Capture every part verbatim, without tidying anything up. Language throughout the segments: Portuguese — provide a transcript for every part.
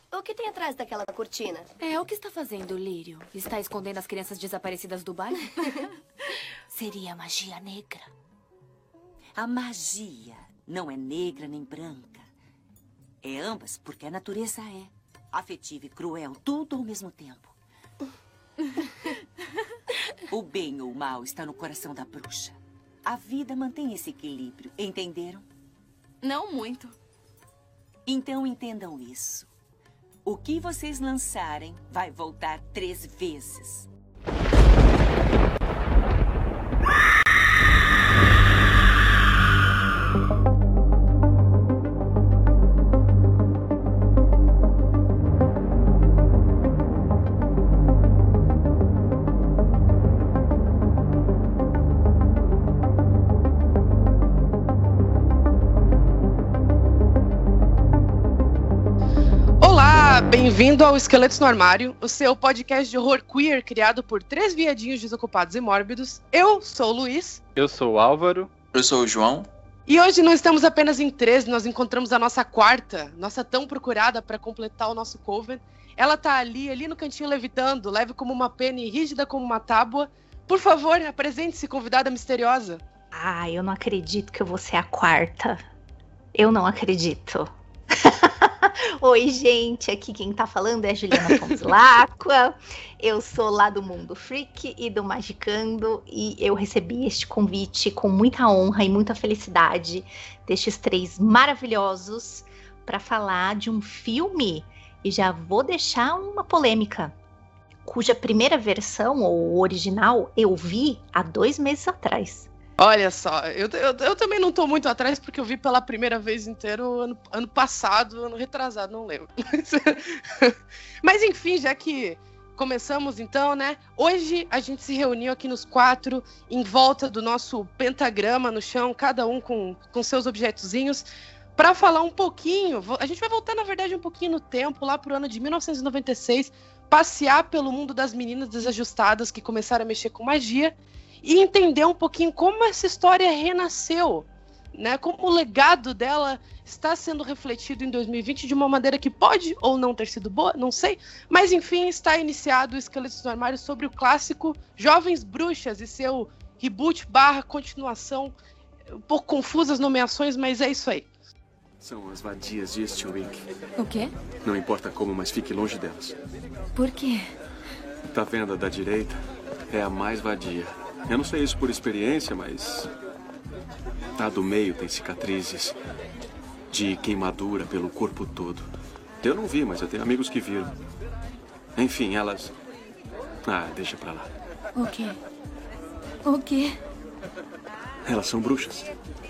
O que tem atrás daquela cortina? É, o que está fazendo, Lírio? Está escondendo as crianças desaparecidas do bairro? Seria magia negra. A magia não é negra nem branca. É ambas, porque a natureza é afetiva e cruel, tudo ao mesmo tempo. O bem ou o mal está no coração da bruxa. A vida mantém esse equilíbrio, entenderam? Não muito. Então entendam isso. O que vocês lançarem vai voltar três vezes. Bem-vindo ao Esqueletos no Armário, o seu podcast de horror queer criado por três viadinhos desocupados e mórbidos. Eu sou o Luiz. Eu sou o Álvaro. Eu sou o João. E hoje não estamos apenas em três, nós encontramos a nossa quarta, nossa tão procurada para completar o nosso coven. Ela tá ali, ali no cantinho levitando, leve como uma pena e rígida como uma tábua. Por favor, apresente-se, convidada misteriosa. Ah, eu não acredito que eu vou ser a quarta. Eu não acredito. Oi, gente, aqui quem tá falando é a Juliana Ponzilacqua. Eu sou lá do Mundo Freak e do Magicando e eu recebi este convite com muita honra e muita felicidade destes três maravilhosos para falar de um filme, e já vou deixar uma polêmica, cuja primeira versão, ou original, eu vi há dois meses atrás. Olha só, eu, eu, eu também não tô muito atrás, porque eu vi pela primeira vez inteiro ano, ano passado, ano retrasado, não lembro. Mas enfim, já que começamos então, né? Hoje a gente se reuniu aqui nos quatro, em volta do nosso pentagrama no chão, cada um com, com seus objetozinhos, para falar um pouquinho. A gente vai voltar, na verdade, um pouquinho no tempo, lá pro ano de mil novecentos e noventa e seis, passear pelo mundo das meninas desajustadas que começaram a mexer com magia, e entender um pouquinho como essa história renasceu, né? Como o legado dela está sendo refletido em dois mil e vinte de uma maneira que pode ou não ter sido boa, não sei. Mas enfim, está iniciado o Esqueletos no Armário sobre o clássico Jovens Bruxas e seu reboot barra continuação. Um pouco confusas as nomeações, mas é isso aí. São as vadias de Eastwick. O quê? Não importa como, mas fique longe delas. Por quê? Tá vendo a da direita? É a mais vadia. Eu não sei isso por experiência, mas a do meio tem cicatrizes de queimadura pelo corpo todo. Eu não vi, mas eu tenho amigos que viram. Enfim, elas... Ah, deixa pra lá. O quê? O quê? Elas são bruxas.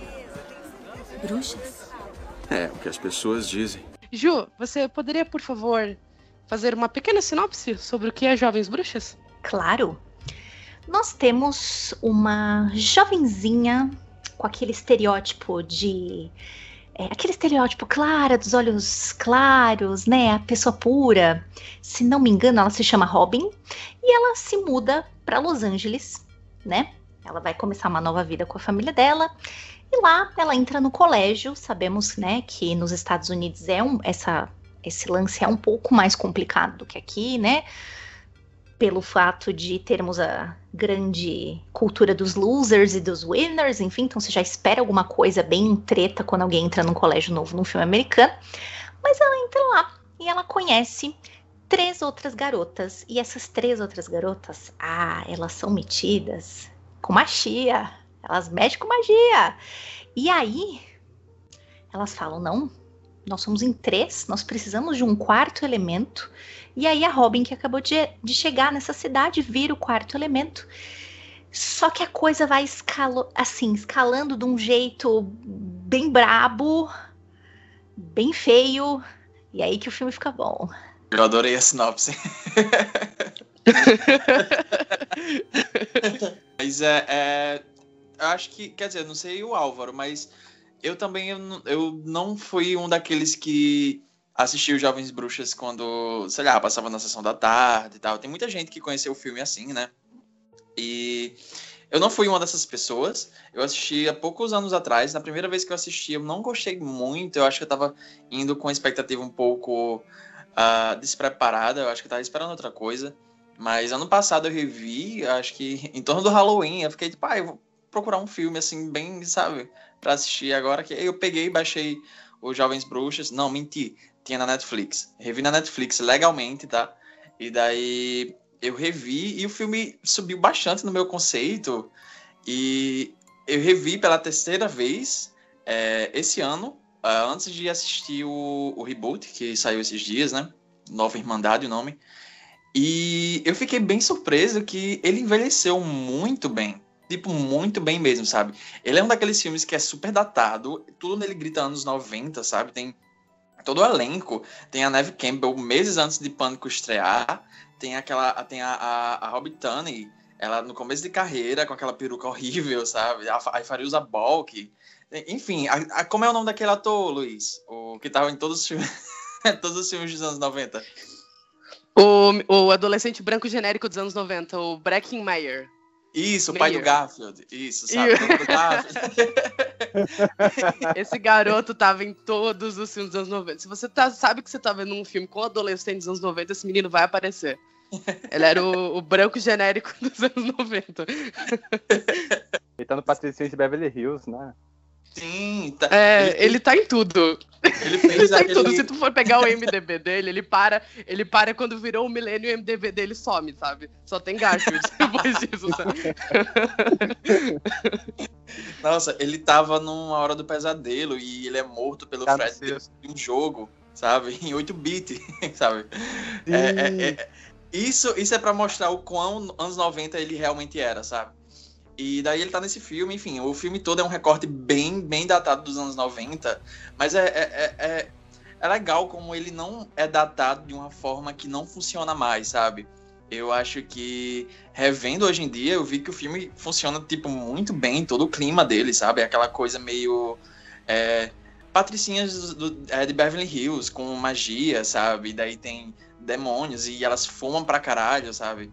Bruxas? É, o que as pessoas dizem. Ju, você poderia, por favor, fazer uma pequena sinopse sobre o que é Jovens Bruxas? Claro. Nós temos uma jovenzinha com aquele estereótipo de... É, aquele estereótipo clara, dos olhos claros, né? A pessoa pura. Se não me engano, ela se chama Robin. E ela se muda para Los Angeles, né? Ela vai começar uma nova vida com a família dela. E lá ela entra no colégio. Sabemos, né, que nos Estados Unidos é um, essa, esse lance é um pouco mais complicado do que aqui, né? Pelo fato de termos a grande cultura dos losers e dos winners, enfim, então você já espera alguma coisa bem treta quando alguém entra num colégio novo num filme americano. Mas ela entra lá e ela conhece três outras garotas, e essas três outras garotas, ah, elas são metidas com magia, elas mexem com magia. E aí, elas falam, não, nós somos em três, nós precisamos de um quarto elemento. E aí a Robin, que acabou de, de chegar nessa cidade, vira o quarto elemento. Só que a coisa vai escalo, assim, escalando de um jeito bem brabo, bem feio. E aí que o filme fica bom. Eu adorei a sinopse. Mas é, é... Eu acho que, quer dizer, não sei o Álvaro, mas eu também eu, eu não fui um daqueles que assistiu Jovens Bruxas quando, sei lá, passava na sessão da tarde e tal. Tem muita gente que conheceu o filme assim, né? E eu não fui uma dessas pessoas. Eu assisti há poucos anos atrás. Na primeira vez que eu assisti, eu não gostei muito. Eu acho que eu tava indo com a expectativa um pouco uh, despreparada, eu acho que eu tava esperando outra coisa. Mas ano passado eu revi, acho que em torno do Halloween, eu fiquei tipo, ah, eu vou procurar um filme assim, bem, sabe, pra assistir agora. Que eu peguei e baixei o Jovens Bruxas. Não, menti, tinha na Netflix. Revi na Netflix legalmente, tá? E daí eu revi e o filme subiu bastante no meu conceito. E eu revi pela terceira vez é, esse ano, uh, antes de assistir o, o reboot, que saiu esses dias, né? Nova Irmandade, o nome. E eu fiquei bem surpreso que ele envelheceu muito bem. Tipo, muito bem mesmo, sabe? Ele é um daqueles filmes que é super datado. Tudo nele grita anos noventa, sabe? Tem todo o elenco. Tem a Neve Campbell meses antes de Pânico estrear. Tem aquela tem a, a, a Robbie Tunney, ela no começo de carreira, com aquela peruca horrível, sabe? A, a Fariuza Balk. Enfim, a, a, como é o nome daquele ator, Luiz? O que tava em todos os filmes, todos os filmes dos anos noventa. O, o adolescente branco genérico dos anos noventa, o Breckenmeyer. Isso, o Meyer. pai do Garfield. Isso, sabe? O nome do Garfield. Esse garoto tava em todos os filmes dos anos noventa. Se você tá, sabe que você tá vendo um filme com adolescente dos anos noventa, esse menino vai aparecer. Ele era o, o branco genérico dos anos noventa. Ele tá no Patricinha de Beverly Hills, né? Sim, tá. É, ele, ele tá em tudo. Ele fez Ele tá em aquele... tudo. Se tu for pegar o M D B dele, ele para, ele para quando virou o milênio e o M D B dele some, sabe? Só tem Garfield depois disso, sabe? Nossa, ele tava numa Hora do Pesadelo e ele é morto pelo Tá Fred em um jogo, sabe? Em oito bit, sabe? É, é, é, isso, isso é pra mostrar o quão anos noventa ele realmente era, sabe? E daí ele tá nesse filme, enfim, o filme todo é um recorte bem, bem datado dos anos noventa, mas é, é, é, é legal como ele não é datado de uma forma que não funciona mais, sabe? Eu acho que, revendo hoje em dia, eu vi que o filme funciona, tipo, muito bem, todo o clima dele, sabe? Aquela coisa meio... É, patricinhas do, do, é, de Beverly Hills, com magia, sabe? E daí tem demônios e elas fumam pra caralho, sabe?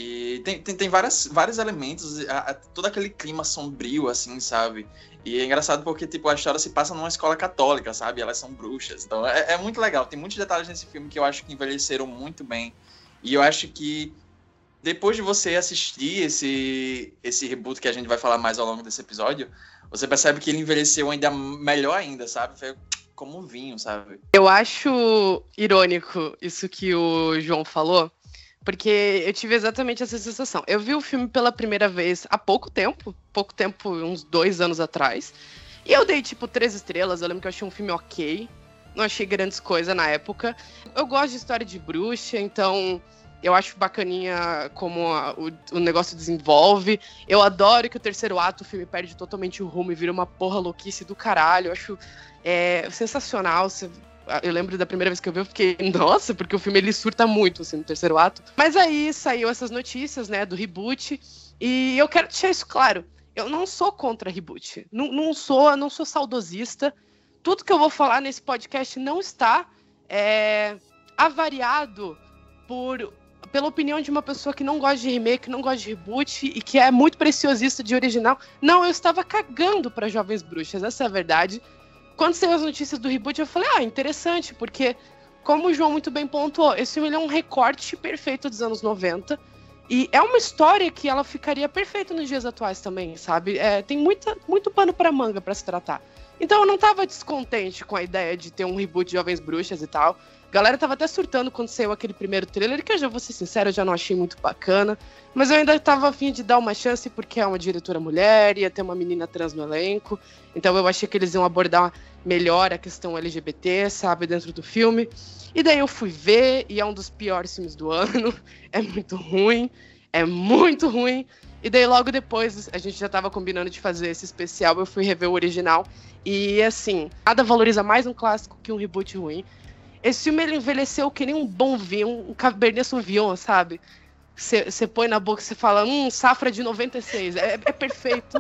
E tem, tem, tem várias, vários elementos, a, a, todo aquele clima sombrio, assim, sabe? E é engraçado porque, tipo, a história se passa numa escola católica, sabe? Elas são bruxas. Então é, é muito legal. Tem muitos detalhes nesse filme que eu acho que envelheceram muito bem. E eu acho que depois de você assistir esse, esse reboot que a gente vai falar mais ao longo desse episódio, você percebe que ele envelheceu ainda melhor ainda, sabe? Foi como um vinho, sabe? Eu acho irônico isso que o João falou, porque eu tive exatamente essa sensação. Eu vi o filme pela primeira vez há pouco tempo, pouco tempo, uns dois anos atrás, e eu dei, tipo, três estrelas. Eu lembro que eu achei um filme ok, não achei grandes coisas na época. Eu gosto de história de bruxa, então eu acho bacaninha como a, o, o negócio desenvolve. Eu adoro que o terceiro ato, o filme perde totalmente o rumo e vira uma porra louquice do caralho. Eu acho é, sensacional. Eu lembro da primeira vez que eu vi, eu fiquei, nossa, porque o filme ele surta muito, assim, no terceiro ato. Mas aí saiu essas notícias, né, do reboot, e eu quero deixar isso claro. Eu não sou contra reboot. Não, não sou, não sou saudosista. Tudo que eu vou falar nesse podcast não está é, avariado por, pela opinião de uma pessoa que não gosta de remake, não gosta de reboot e que é muito preciosista de original. Não, eu estava cagando para Jovens Bruxas, essa é a verdade. Quando saiu as notícias do reboot, eu falei, ah, interessante, porque, como o João muito bem pontuou, esse filme ele é um recorte perfeito dos anos noventa, e é uma história que ela ficaria perfeita nos dias atuais também, sabe? É, tem muita, muito pano pra manga pra se tratar. Então eu não tava descontente com a ideia de ter um reboot de Jovens Bruxas e tal. A galera tava até surtando quando saiu aquele primeiro trailer, que eu já vou ser sincero, eu já não achei muito bacana. Mas eu ainda tava a fim de dar uma chance, porque é uma diretora mulher, ia ter uma menina trans no elenco. Então eu achei que eles iam abordar melhor a questão L G B T, sabe, dentro do filme. E daí eu fui ver, e é um dos piores filmes do ano. É muito ruim, é muito ruim. E daí logo depois, a gente já tava combinando de fazer esse especial, eu fui rever o original. E assim, nada valoriza mais um clássico que um reboot ruim. Esse filme ele envelheceu que nem um bom vinho, um Cabernet Sauvignon, sabe? Você põe na boca e você fala, hum, safra de noventa e seis, é, é perfeito.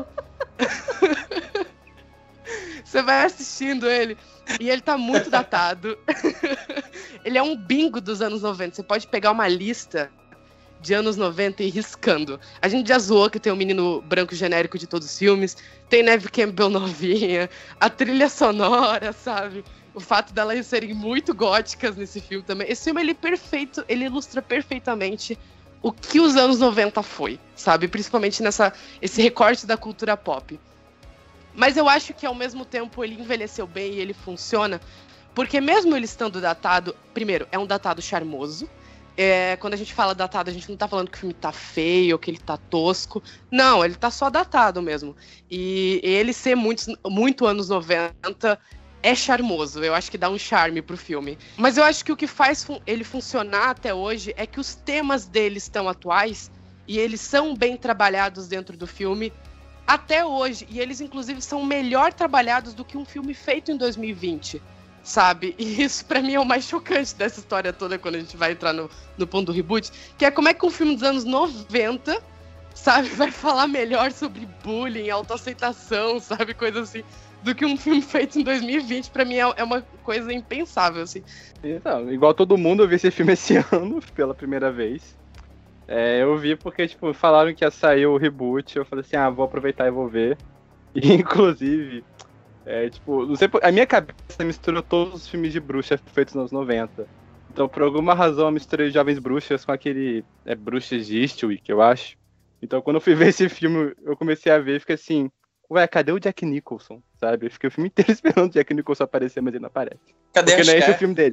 Você vai assistindo ele e ele tá muito datado. Ele é um bingo dos anos noventa. Você pode pegar uma lista de anos noventa e riscando. A gente já zoou que tem o menino branco genérico de todos os filmes, tem Neve Campbell novinha, a trilha sonora, sabe? O fato delas serem muito góticas nesse filme também. Esse filme, ele é perfeito, ele ilustra perfeitamente o que os anos noventa foi, sabe? Principalmente nessa, esse recorte da cultura pop. Mas eu acho que, ao mesmo tempo, ele envelheceu bem e ele funciona, porque mesmo ele estando datado, primeiro, é um datado charmoso. É, quando a gente fala datado, a gente não tá falando que o filme tá feio, ou que ele tá tosco. Não, ele tá só datado mesmo. E ele ser muito, muito anos noventa é charmoso. Eu acho que dá um charme pro filme. Mas eu acho que o que faz fun- ele funcionar até hoje é que os temas dele estão atuais e eles são bem trabalhados dentro do filme até hoje. E eles, inclusive, são melhor trabalhados do que um filme feito em dois mil e vinte. Sabe? E isso pra mim é o mais chocante dessa história toda quando a gente vai entrar no, no ponto do reboot, que é como é que um filme dos anos noventa, sabe, vai falar melhor sobre bullying, autoaceitação, sabe, coisa assim, do que um filme feito em dois mil e vinte. Pra mim é, é uma coisa impensável, assim. Então, igual todo mundo, eu vi esse filme esse ano pela primeira vez. É, eu vi porque, tipo, falaram que ia sair o reboot, eu falei assim, ah, vou aproveitar e vou ver. E, inclusive... É, tipo, não sei, a minha cabeça misturou todos os filmes de bruxa feitos nos anos noventa. Então, por alguma razão, eu misturei Jovens Bruxas com aquele é, Bruxas de Eastwick, eu acho. Então, quando eu fui ver esse filme, eu comecei a ver e fiquei assim, ué, cadê o Jack Nicholson, sabe? Eu fiquei o filme inteiro esperando o Jack Nicholson aparecer, mas ele não aparece. Cadê Porque a não é esse Cher? o filme dele.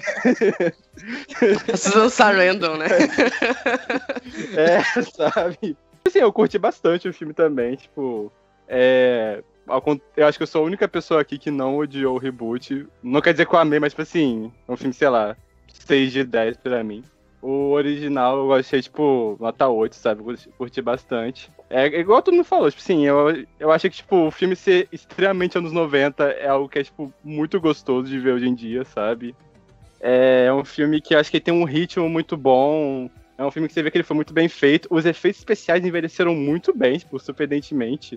A Susan Sarandon, né? É, sabe? Assim, eu curti bastante o filme também, tipo... É... Eu acho que eu sou a única pessoa aqui que não odiou o reboot. Não quer dizer que eu amei, mas, tipo assim, é um filme, sei lá, seis de dez pra mim. O original eu achei, tipo, nota oito, sabe? Curti, curti bastante. É igual todo mundo falou, tipo assim, eu, eu acho que, tipo, o filme ser extremamente anos noventa é algo que é, tipo, muito gostoso de ver hoje em dia, sabe? É um filme que eu acho que tem um ritmo muito bom. É um filme que você vê que ele foi muito bem feito. Os efeitos especiais envelheceram muito bem, tipo, surpreendentemente.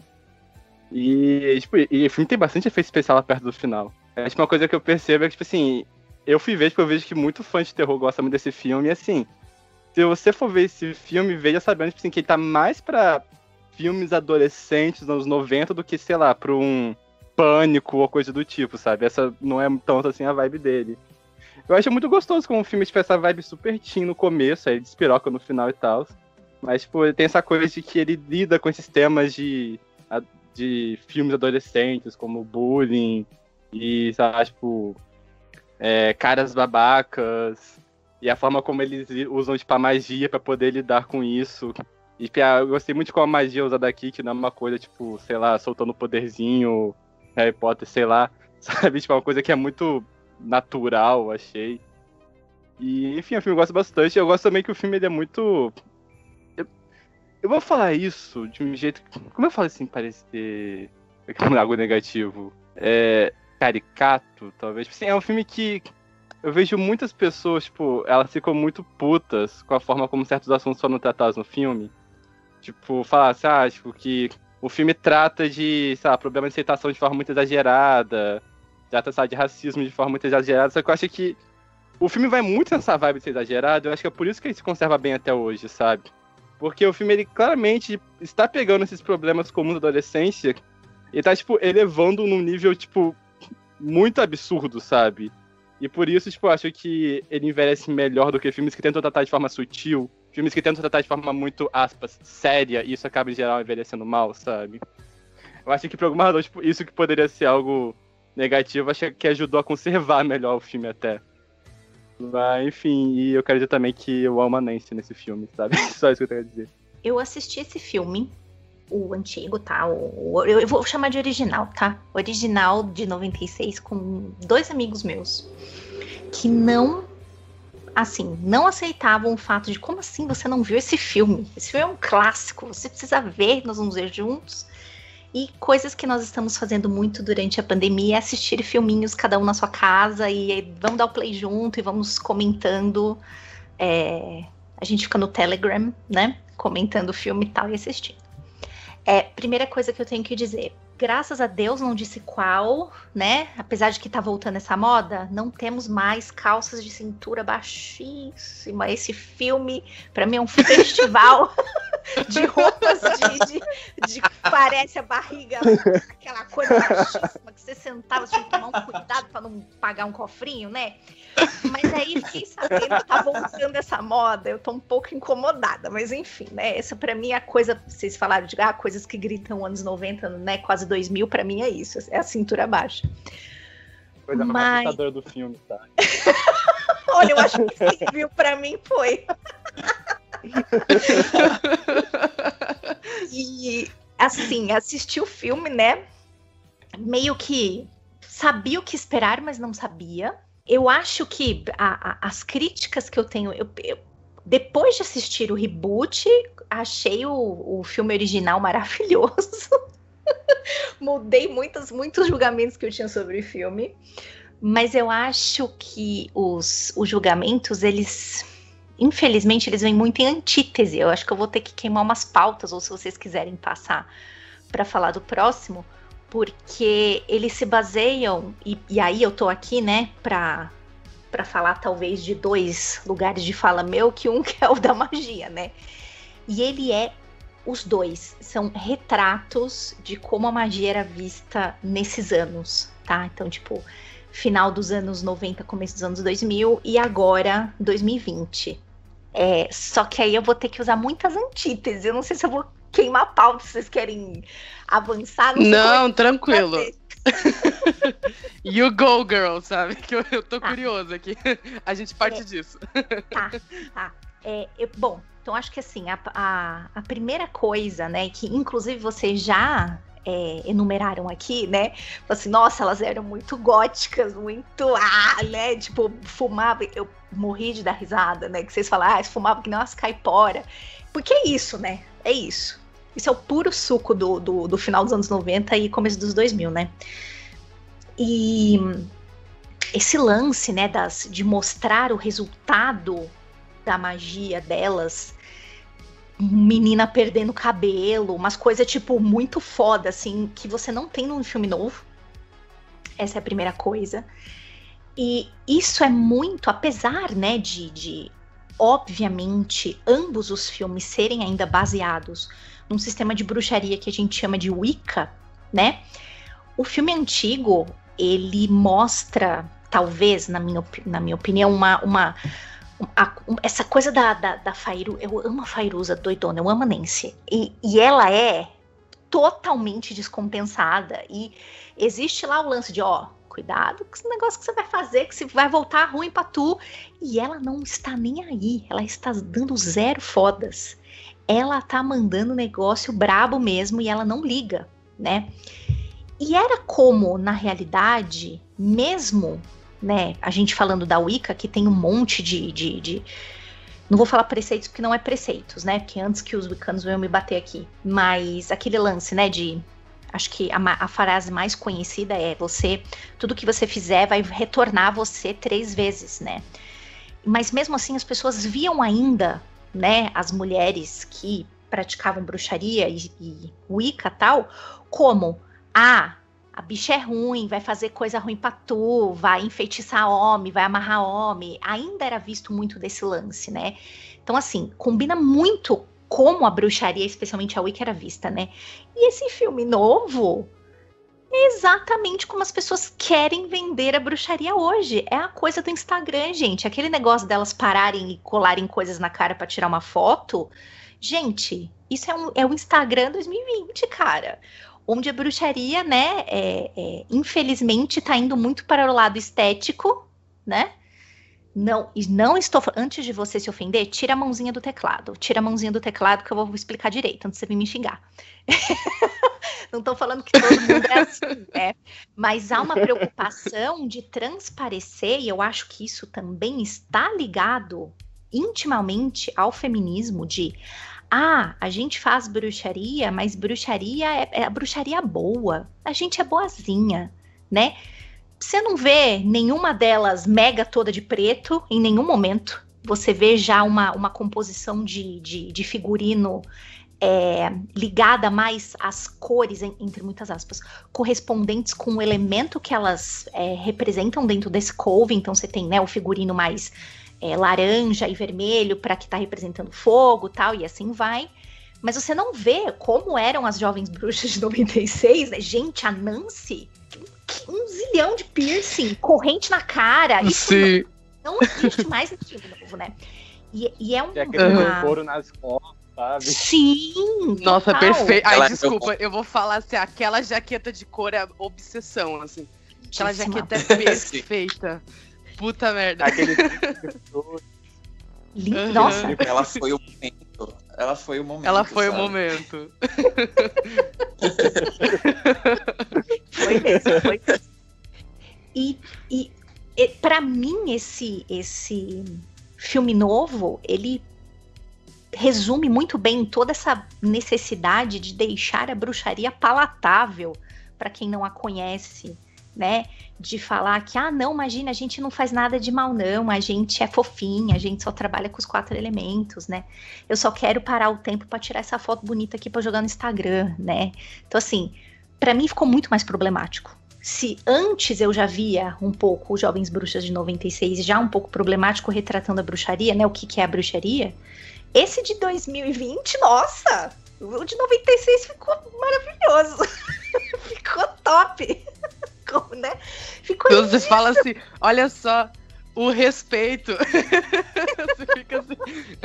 E, tipo, e o filme tem bastante efeito especial lá perto do final. É, tipo, uma coisa que eu percebo é que, tipo assim, eu fui ver, tipo, eu vejo que muito fã de terror gosta muito desse filme, e assim, se você for ver esse filme, veja sabendo, tipo assim, que ele tá mais pra filmes adolescentes dos anos noventa do que, sei lá, pra um Pânico ou coisa do tipo, sabe? Essa não é tanto, assim, a vibe dele. Eu acho muito gostoso como um filme, tipo, essa vibe super teen no começo, aí despiroca no final e tal, mas, tipo, ele tem essa coisa de que ele lida com esses temas de... de filmes adolescentes, como bullying e, sabe, tipo, é, caras babacas, e a forma como eles usam, tipo, a magia pra poder lidar com isso. E eu gostei muito de como a magia é usada aqui, que não é uma coisa, tipo, sei lá, soltando poderzinho, Harry Potter, sei lá, sabe, tipo, é uma coisa que é muito natural, achei. E, enfim, o filme eu gosto bastante. Eu gosto também que o filme, ele é muito... Eu vou falar isso de um jeito... Como eu falo assim, parecer algo negativo? É... Caricato, talvez. Assim, é um filme que eu vejo muitas pessoas, tipo, elas ficam muito putas com a forma como certos assuntos foram tratados no filme. Tipo, falar assim, ah, tipo, que o filme trata de, sei lá, problema de aceitação de forma muito exagerada, trata, sabe, de racismo de forma muito exagerada, só que eu acho que o filme vai muito nessa vibe de ser exagerado, eu acho que é por isso que ele se conserva bem até hoje, sabe? Porque o filme, ele claramente está pegando esses problemas comuns da adolescência e tá, tipo, elevando num nível, tipo, muito absurdo, sabe? E por isso, tipo, eu acho que ele envelhece melhor do que filmes que tentam tratar de forma sutil, filmes que tentam tratar de forma muito, aspas, séria, e isso acaba, em geral, envelhecendo mal, sabe? Eu acho que, por alguma razão, tipo, isso que poderia ser algo negativo, acho que ajudou a conservar melhor o filme até. Mas, enfim, e eu quero dizer também que eu amo a Nancy nesse filme, sabe? Só isso que eu quero dizer. Eu assisti esse filme, o antigo, tá? O, o, eu vou chamar de original, tá? Original de noventa e seis, com dois amigos meus que não, assim, não aceitavam o fato de como assim você não viu esse filme? Esse filme é um clássico, você precisa ver, nós vamos ver juntos. E coisas que nós estamos fazendo muito durante a pandemia é assistir filminhos, cada um na sua casa, e vamos dar o play junto e vamos comentando. É, a gente fica no Telegram, né? Comentando o filme e tal e assistindo. É, primeira coisa que eu tenho que dizer. graças a Deus, não disse qual, né? Apesar de que tá voltando essa moda, não temos mais calças de cintura baixíssima. Esse filme, pra mim, é um festival de roupas de, de, de que parece a barriga, aquela coisa baixíssima que você sentava, você tinha que tomar um cuidado pra não pagar um cofrinho, né? Mas aí fiquei sabendo que tá voltando essa moda, eu tô um pouco incomodada, mas enfim, né? Essa pra mim é a coisa, vocês falaram de ah, coisas que gritam anos noventa, né? Quase dois mil, pra mim é isso, é a cintura baixa. Coisa mais Mas... assustadora do filme, tá? Olha, eu acho que sim, viu? Pra mim foi. E assim, assisti o filme, né? Meio que sabia o que esperar, mas não sabia. Eu acho que a, a, as críticas que eu tenho, eu, eu, depois de assistir o reboot, achei o, o filme original maravilhoso. Mudei muitos, muitos julgamentos que eu tinha sobre o filme. Mas eu acho que os, os julgamentos, eles... Infelizmente, eles vêm muito em antítese. Eu acho que eu vou ter que queimar umas pautas, ou se vocês quiserem passar para falar do próximo, porque eles se baseiam, e, e aí eu tô aqui, né, pra, pra falar talvez de dois lugares de fala meu, que um que é o da magia, né? E ele é, os dois, são retratos de como a magia era vista nesses anos, tá? Então, tipo, final dos anos noventa, começo dos anos dois mil e agora dois mil e vinte. É, só que aí eu vou ter que usar muitas antíteses. Eu não sei se eu vou queimar a pauta, se vocês querem avançar. Não, não tranquilo. You go, girl, sabe? Que eu, eu tô ah. curiosa aqui. A gente parte é, disso. Tá, tá. É, eu, bom, então acho que assim, a, a, a primeira coisa, né, que inclusive vocês já... É, enumeraram aqui, né? Assim, nossa, elas eram muito góticas, muito, ah, né? Tipo, fumava, eu morri de dar risada, né? Que vocês falaram, ah, fumava que nem umas caipora. Porque é isso, né? É isso. Isso é o puro suco do, do, do final dos anos noventa e começo dos dois mil, né? E esse lance, né, das, de mostrar o resultado da magia delas, menina perdendo cabelo, umas coisas, tipo, muito foda, assim, que você não tem num filme novo. Essa é a primeira coisa. E isso é muito, apesar, né, de, de obviamente, ambos os filmes serem ainda baseados num sistema de bruxaria que a gente chama de Wicca, né? O filme antigo, ele mostra, talvez, na minha, na minha opinião, uma... uma A, essa coisa da, da, da Fairu, eu amo a Fairuza doidona, eu amo a Nancy, e, e ela é totalmente descompensada, e existe lá o lance de, ó, cuidado com esse negócio que você vai fazer, que você vai voltar ruim pra tu, e ela não está nem aí, ela está dando zero fodas, ela tá mandando negócio brabo mesmo, e ela não liga, né, e era como, na realidade, mesmo... Né, a gente falando da Wicca, que tem um monte de, de, de... Não vou falar preceitos, porque não é preceitos, né? Porque antes que os wiccanos venham me bater aqui. Mas aquele lance, né, de... Acho que a, a frase mais conhecida é você... Tudo que você fizer vai retornar a você três vezes, né? Mas mesmo assim, as pessoas viam ainda, né, as mulheres que praticavam bruxaria e, e Wicca e tal, como... Ah, a bicha é ruim, vai fazer coisa ruim pra tu, vai enfeitiçar homem, vai amarrar homem. Ainda era visto muito desse lance, né? Então, assim, combina muito como a bruxaria, especialmente a Wicca, era vista, né? E esse filme novo é exatamente como as pessoas querem vender a bruxaria hoje. É a coisa do Instagram, gente. Aquele negócio delas pararem e colarem coisas na cara pra tirar uma foto. Gente, isso é, um, é o Instagram dois mil e vinte, cara. Onde a bruxaria, né, é, é, infelizmente tá indo muito para o lado estético, né? Não, não estou... Antes de você se ofender, tira a mãozinha do teclado. Tira a mãozinha do teclado que eu vou explicar direito, antes de você vir me xingar. Não tô falando que todo mundo é assim, né? Mas há uma preocupação de transparecer, e eu acho que isso também está ligado intimamente ao feminismo, de... Ah, a gente faz bruxaria, mas bruxaria é, é a bruxaria boa. A gente é boazinha, né? Você não vê nenhuma delas mega toda de preto em nenhum momento. Você vê já uma, uma composição de, de, de figurino é, ligada mais às cores, entre muitas aspas, correspondentes com o elemento que elas é, representam dentro desse couve. Então você tem, né, o figurino mais é, laranja e vermelho para que está representando fogo, tal, e assim vai. Mas você não vê como eram as Jovens Bruxas de noventa e seis, né? Gente, a Nancy, um zilhão de piercing, corrente na cara. Isso Sim. Não, não existe mais no filme novo, né? E, e é um... E aquele uma... couro nas costas, sabe? Sim! Nossa, total. perfeito. Ai, Ela- desculpa, eu vou falar assim, aquela jaqueta de couro é obsessão, assim. Aquela Lindíssima. jaqueta é perfeita. Puta merda. Aquele Lin- Uhum. Nossa, Ela foi o momento. Ela foi o momento. Ela foi o sabe? momento. foi mesmo, foi mesmo. E, e, e para mim, esse, esse filme novo, ele resume muito bem toda essa necessidade de deixar a bruxaria palatável para quem não a conhece, né? De falar que, ah, não, imagina, a gente não faz nada de mal, não, a gente é fofinha, a gente só trabalha com os quatro elementos, né? Eu só quero parar o tempo para tirar essa foto bonita aqui para jogar no Instagram, né? Então, assim, para mim ficou muito mais problemático. Se antes eu já via um pouco os Jovens Bruxas de noventa e seis, já um pouco problemático retratando a bruxaria, né? O que, que é a bruxaria? Esse de dois mil e vinte, nossa! O de noventa e seis ficou maravilhoso. Ficou top. Como, né? Ficou Você lindíssimo. fala assim, olha só, o respeito. Você fica assim.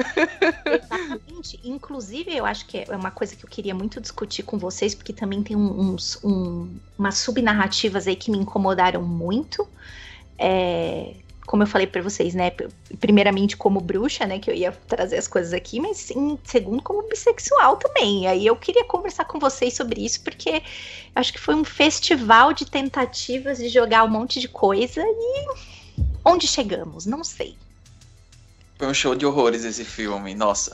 Exatamente. Inclusive, eu acho que é uma coisa que eu queria muito discutir com vocês, porque também tem uns, um, umas subnarrativas aí que me incomodaram muito. É, como eu falei pra vocês, né? Primeiramente como bruxa, né? Que eu ia trazer as coisas aqui, mas em segundo como bissexual também. Aí eu queria conversar com vocês sobre isso, porque acho que foi um festival de tentativas de jogar um monte de coisa e onde chegamos? Não sei. Foi um show de horrores esse filme, nossa.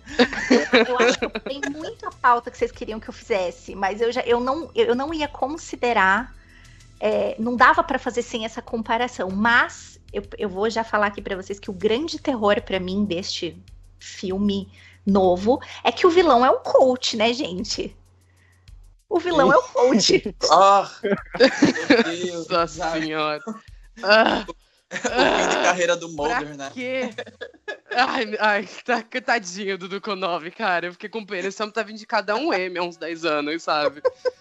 Eu acho que eu tenho muito a pauta que vocês queriam que eu fizesse, mas eu, já, eu, não, eu não ia considerar, é, não dava pra fazer sem essa comparação, mas eu, eu vou já falar aqui pra vocês que o grande terror pra mim deste filme novo é que o vilão é um coach, né, gente? O vilão é o coach. Ah, meu Deus. Nossa sabe? senhora. Ah, O fim de carreira do pra Mulder, né? quê? Ai, ai tá, tadinho do Dukonov, cara. Eu fiquei com pena. Esse homem tá vindo de cada um M há uns dez anos, sabe?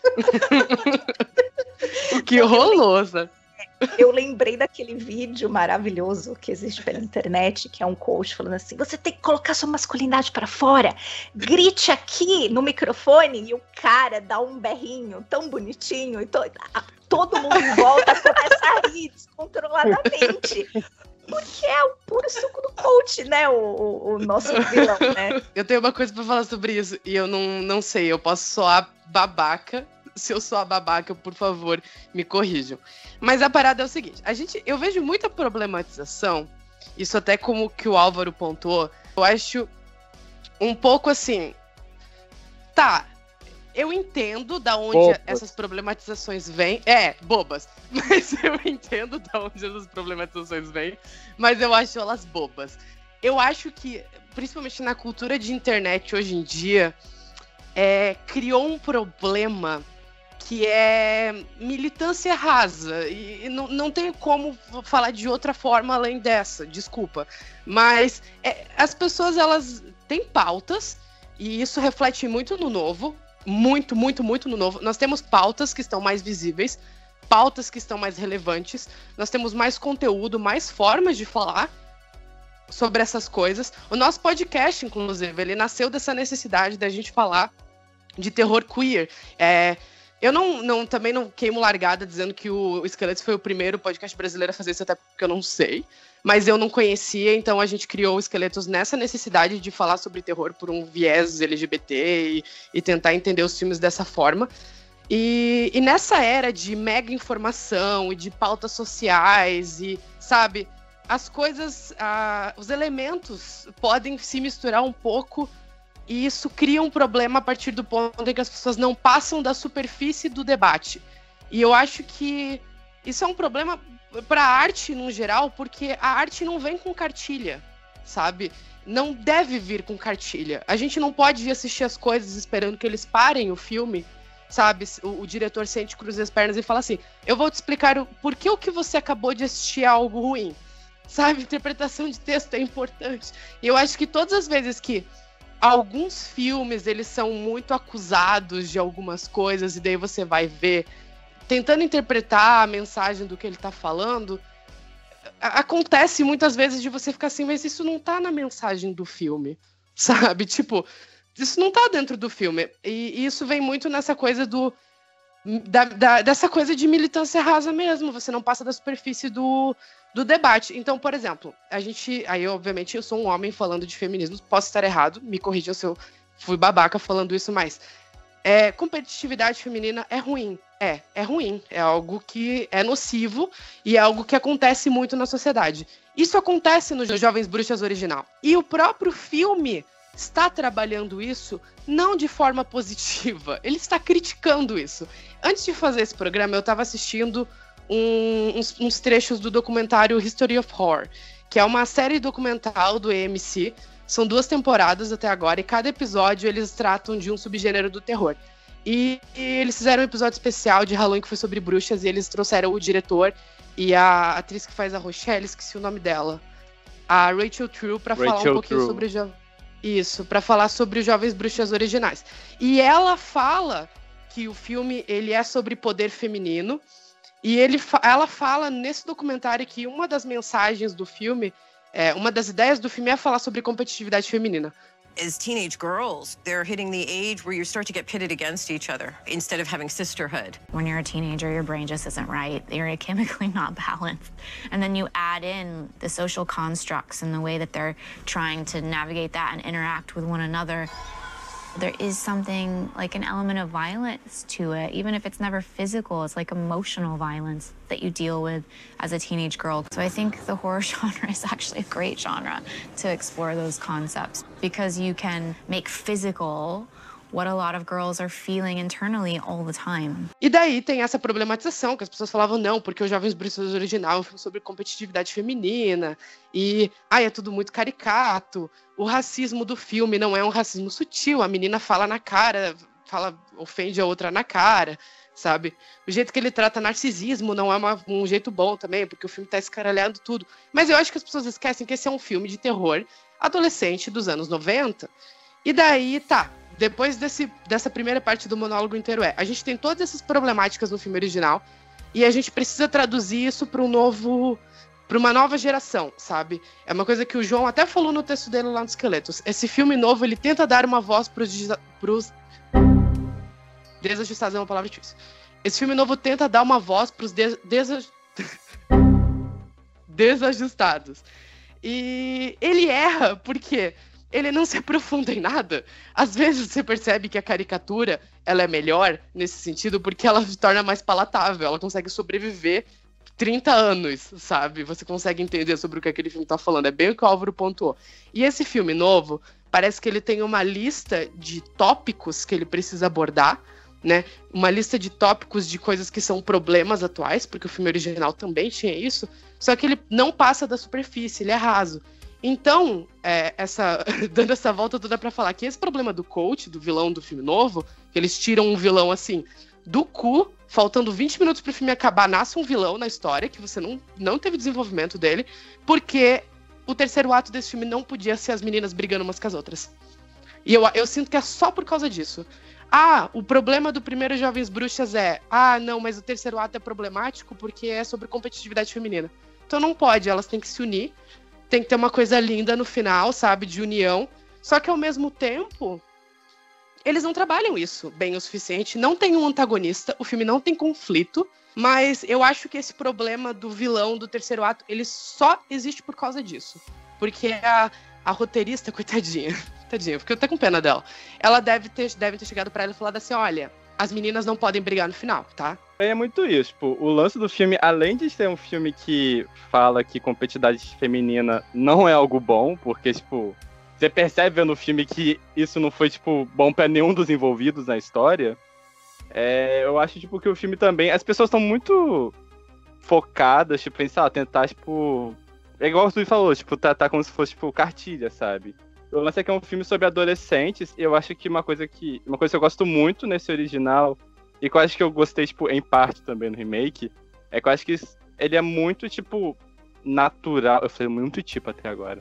O que rolou, sabe? Eu lembrei daquele vídeo maravilhoso que existe pela internet, que é um coach falando assim, você tem que colocar sua masculinidade para fora, grite aqui no microfone, e o cara dá um berrinho tão bonitinho, e to todo mundo em volta começa a rir descontroladamente. Porque é o puro suco do coach, né, o, o, o nosso vilão, né? Eu tenho uma coisa pra falar sobre isso, e eu não, não sei, eu posso soar babaca. Se eu sou a babaca, por favor, me corrijam. Mas a parada é o seguinte, a gente, eu vejo muita problematização, isso até como que o Álvaro pontuou, eu acho um pouco assim, tá, eu entendo da onde Bobas. essas problematizações vêm, é, bobas, mas eu entendo da onde essas problematizações vêm, mas eu acho elas bobas. Eu acho que, principalmente na cultura de internet hoje em dia, é, criou um problema que é militância rasa, e não, não tem como falar de outra forma além dessa, desculpa. Mas é, as pessoas, elas têm pautas, e isso reflete muito no novo, muito, muito, muito no novo. Nós temos pautas que estão mais visíveis, pautas que estão mais relevantes, nós temos mais conteúdo, mais formas de falar sobre essas coisas. O nosso podcast, inclusive, ele nasceu dessa necessidade da gente falar de terror queer. É... Eu não, não, também não queimo largada dizendo que o Esqueletos foi o primeiro podcast brasileiro a fazer isso, até porque eu não sei. Mas eu não conhecia, então a gente criou o Esqueletos nessa necessidade de falar sobre terror por um viés L G B T e, e tentar entender os filmes dessa forma. E, e nessa era de mega informação e de pautas sociais e, sabe, as coisas, ah, os elementos podem se misturar um pouco. E isso cria um problema a partir do ponto em que as pessoas não passam da superfície do debate. E eu acho que isso é um problema para a arte no geral, porque a arte não vem com cartilha, sabe? Não deve vir com cartilha. A gente não pode ir assistir as coisas esperando que eles parem o filme, sabe? O, o diretor sente, cruza as pernas e fala assim, eu vou te explicar o, por que o que você acabou de assistir é algo ruim. Sabe? Interpretação de texto é importante. E eu acho que todas as vezes que alguns filmes, eles são muito acusados de algumas coisas, e daí você vai ver, tentando interpretar a mensagem do que ele tá falando, acontece muitas vezes de você ficar assim, mas isso não tá na mensagem do filme, sabe? Tipo, isso não tá dentro do filme. E, e isso vem muito nessa coisa do... Da, da, dessa coisa de militância rasa mesmo. Você não passa da superfície do, do debate. Então, por exemplo, a gente... Aí, obviamente, eu sou um homem falando de feminismo. Posso estar errado, me corrijam se eu fui babaca falando isso, mas... É, competitividade feminina é ruim. É, é ruim. É algo que é nocivo e é algo que acontece muito na sociedade. Isso acontece no Jovens Bruxas original. E o próprio filme está trabalhando isso não de forma positiva. Ele está criticando isso. Antes de fazer esse programa, eu estava assistindo um, uns, uns trechos do documentário History of Horror, que é uma série documental do A M C. São duas temporadas até agora, e cada episódio eles tratam de um subgênero do terror. E, e eles fizeram um episódio especial de Halloween que foi sobre bruxas, e eles trouxeram o diretor e a atriz que faz a Rochelle, esqueci o nome dela, a Rachel True, pra falar um pouquinho True. sobre... Jo... Isso, pra falar sobre os Jovens Bruxas originais. E ela fala que o filme ele é sobre poder feminino, e ele fa... ela fala nesse documentário que uma das mensagens do filme... É, uma das ideias do filme é falar sobre competitividade feminina. As teenage girls, they're hitting the age where you start to get pitted against each other instead of having sisterhood. When you're a teenager, your brain just isn't right. You're chemically not balanced. And then you add in the social constructs and the way that they're trying to navigate that and interact with one another. There is something like an element of violence to it, even if it's never physical. It's like emotional violence that you deal with as a teenage girl. So I think the horror genre is actually a great genre to explore those concepts, because you can make physical what a lot of girls are feeling internally all the time. E daí tem essa problematização, que as pessoas falavam, não, porque o Jovens Bruxas original é um filme sobre competitividade feminina, e, ai, é tudo muito caricato, o racismo do filme não é um racismo sutil, a menina fala na cara, fala, ofende a outra na cara, sabe? O jeito que ele trata narcisismo não é uma, um jeito bom também, porque o filme tá escaralhando tudo. Mas eu acho que as pessoas esquecem que esse é um filme de terror adolescente dos anos noventa, e daí, tá, depois desse, dessa primeira parte do monólogo inteiro é, a gente tem todas essas problemáticas no filme original e a gente precisa traduzir isso para um novo, para uma nova geração, sabe? É uma coisa que o João até falou no texto dele lá no Esqueletos. Esse filme novo, ele tenta dar uma voz para os desajustados, é uma palavra difícil. Esse filme novo tenta dar uma voz para os des, desaj... desajustados. E ele erra porque ele não se aprofunda em nada. Às vezes você percebe que a caricatura ela é melhor nesse sentido porque ela se torna mais palatável, ela consegue sobreviver trinta anos, sabe? Você consegue entender sobre o que aquele filme tá falando, é bem o que o Álvaro pontuou. E esse filme novo, parece que ele tem uma lista de tópicos que ele precisa abordar, né? Uma lista de tópicos de coisas que são problemas atuais, porque o filme original também tinha isso, só que ele não passa da superfície, ele é raso. Então, é, essa, dando essa volta toda pra falar que esse problema do coach, do vilão do filme novo, que eles tiram um vilão assim, do cu, faltando vinte minutos pro filme acabar, nasce um vilão na história, que você não, não teve desenvolvimento dele, porque o terceiro ato desse filme não podia ser as meninas brigando umas com as outras. E eu, eu sinto que é só por causa disso. Ah, o problema do primeiro Jovens Bruxas é, ah, não, mas o terceiro ato é problemático porque é sobre competitividade feminina. Então não pode, elas têm que se unir, tem que ter uma coisa linda no final, sabe, de união. Só que ao mesmo tempo, eles não trabalham isso bem o suficiente. Não tem um antagonista, o filme não tem conflito, mas eu acho que esse problema do vilão do terceiro ato, ele só existe por causa disso. Porque a, a roteirista, coitadinha, coitadinha, porque eu tô com pena dela, ela deve ter, deve ter chegado pra ela e falado assim, olha, as meninas não podem brigar no final, tá? É muito isso, tipo, o lance do filme, além de ser um filme que fala que competitividade feminina não é algo bom, porque, tipo, você percebe vendo o filme que isso não foi, tipo, bom pra nenhum dos envolvidos na história, é, eu acho, tipo, que o filme também, as pessoas estão muito focadas, tipo, em, sei lá, tentar, tipo, É igual o Tui falou, tipo, tá, tá como se fosse, tipo, cartilha, sabe? O lance é que é um filme sobre adolescentes, e eu acho que uma coisa que. Uma coisa que eu gosto muito nesse original, e que eu acho que eu gostei, tipo, em parte também no remake, é que eu acho que ele é muito, tipo, natural. Eu falei muito tipo até agora.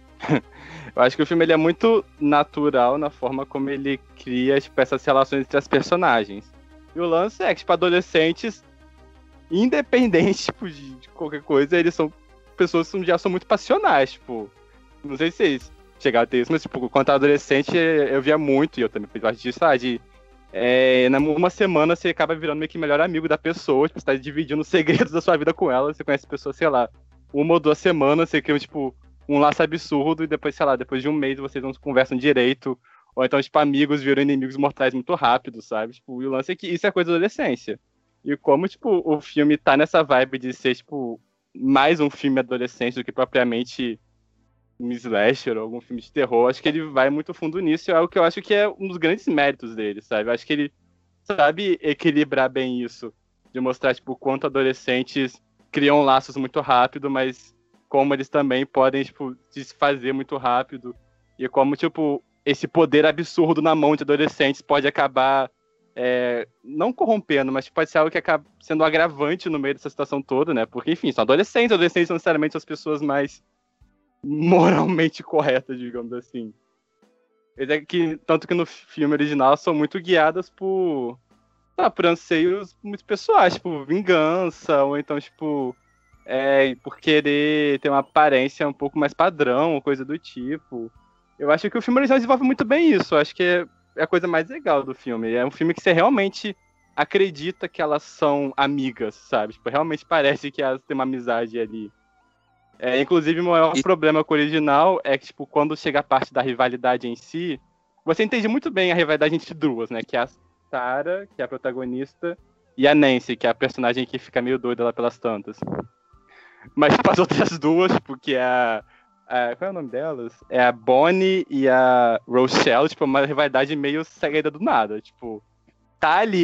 Eu acho que o filme ele é muito natural na forma como ele cria, tipo, essas relações entre as personagens. E o lance é que, tipo, adolescentes, independente, tipo, de, de qualquer coisa, eles são pessoas que já são muito passionais, tipo. Não sei se vocês chegaram a ter isso, mas, tipo, quando eu era adolescente, eu via muito, e eu também fiz parte disso, ah, de... É, numa semana você acaba virando meio que melhor amigo da pessoa, tipo, você tá dividindo os segredos da sua vida com ela, você conhece a pessoa, sei lá, uma ou duas semanas, você cria, tipo, um laço absurdo, e depois, sei lá, depois de um mês vocês não conversam direito, ou então, tipo, amigos viram inimigos mortais muito rápido, sabe? Tipo, e o lance é que isso é coisa da adolescência. E como, tipo, o filme tá nessa vibe de ser, tipo, mais um filme adolescente do que propriamente um slasher ou algum filme de terror, acho que ele vai muito fundo nisso, e é o que eu acho que é um dos grandes méritos dele, sabe? Eu acho que ele sabe equilibrar bem isso, de mostrar, tipo, o quanto adolescentes criam laços muito rápido, mas como eles também podem, tipo, se desfazer muito rápido, e como, tipo, esse poder absurdo na mão de adolescentes pode acabar, é, não corrompendo, mas pode ser algo que acaba sendo agravante no meio dessa situação toda, né? Porque, enfim, são adolescentes, adolescentes são necessariamente as pessoas mais moralmente corretas, digamos assim. É que, tanto que no filme original são muito guiadas por, ah, por anseios muito pessoais, tipo, vingança, ou então, tipo, é, por querer ter uma aparência um pouco mais padrão, ou coisa do tipo. Eu acho que o filme original desenvolve muito bem isso, eu acho que é, é a coisa mais legal do filme. É um filme que você realmente acredita que elas são amigas, sabe? Tipo, realmente parece que elas têm uma amizade ali. É, inclusive, o maior e... problema com o original é que, tipo, quando chega a parte da rivalidade em si, você entende muito bem a rivalidade entre duas, né? Que é a Sarah, que é a protagonista, e a Nancy, que é a personagem que fica meio doida lá pelas tantas. Mas as outras duas, tipo, que é a... a qual é o nome delas? É a Bonnie e a Rochelle, tipo, uma rivalidade meio saída do nada. Tipo, tá ali.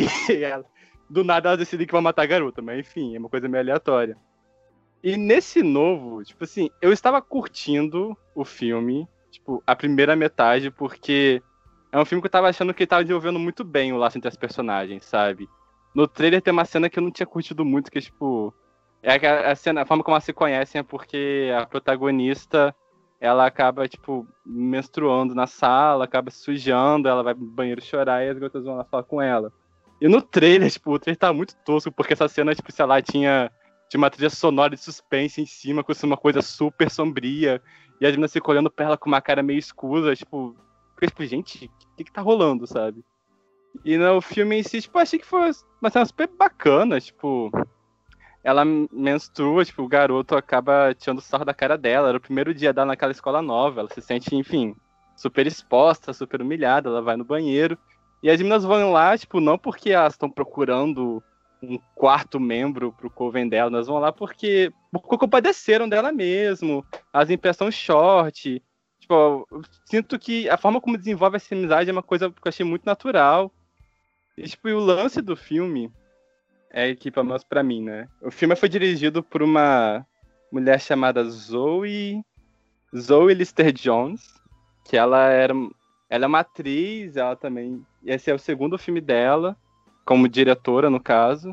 Do nada elas decidem que vão matar a garota, mas enfim, é uma coisa meio aleatória. E nesse novo, tipo assim, eu estava curtindo o filme, tipo, a primeira metade, porque é um filme que eu tava achando que ele tava desenvolvendo muito bem o laço entre as personagens, sabe? No trailer tem uma cena que eu não tinha curtido muito, que é, tipo... É a, a, cena, a forma como elas se conhecem é porque a protagonista, ela acaba, tipo, menstruando na sala, acaba se sujando, ela vai pro banheiro chorar e as garotas vão lá falar com ela. E no trailer, tipo, o trailer tava muito tosco, porque essa cena, tipo, sei lá, tinha... Tinha uma trilha sonora de suspense em cima, com uma coisa super sombria. E as meninas ficam olhando pra ela com uma cara meio escusa, tipo... Porque, tipo, gente, o que que tá rolando, sabe? E no filme em si, tipo, eu achei que foi uma cena super bacana, tipo... Ela menstrua, tipo, o garoto acaba tirando sarro da cara dela. Era o primeiro dia dela naquela escola nova. Ela se sente, enfim, super exposta, super humilhada. Ela vai no banheiro. E as meninas vão lá, tipo, não porque elas estão procurando... um quarto membro pro coven dela, nós vamos lá porque, porque compadeceram dela mesmo, as impressões short, tipo, eu sinto que a forma como desenvolve essa amizade é uma coisa que eu achei muito natural, e tipo, e o lance do filme é que, pelo menos pra mim, né, o filme foi dirigido por uma mulher chamada Zoe, Zoe Lister-Jones, que ela era, ela é uma atriz, ela também, esse é o segundo filme dela, como diretora, no caso.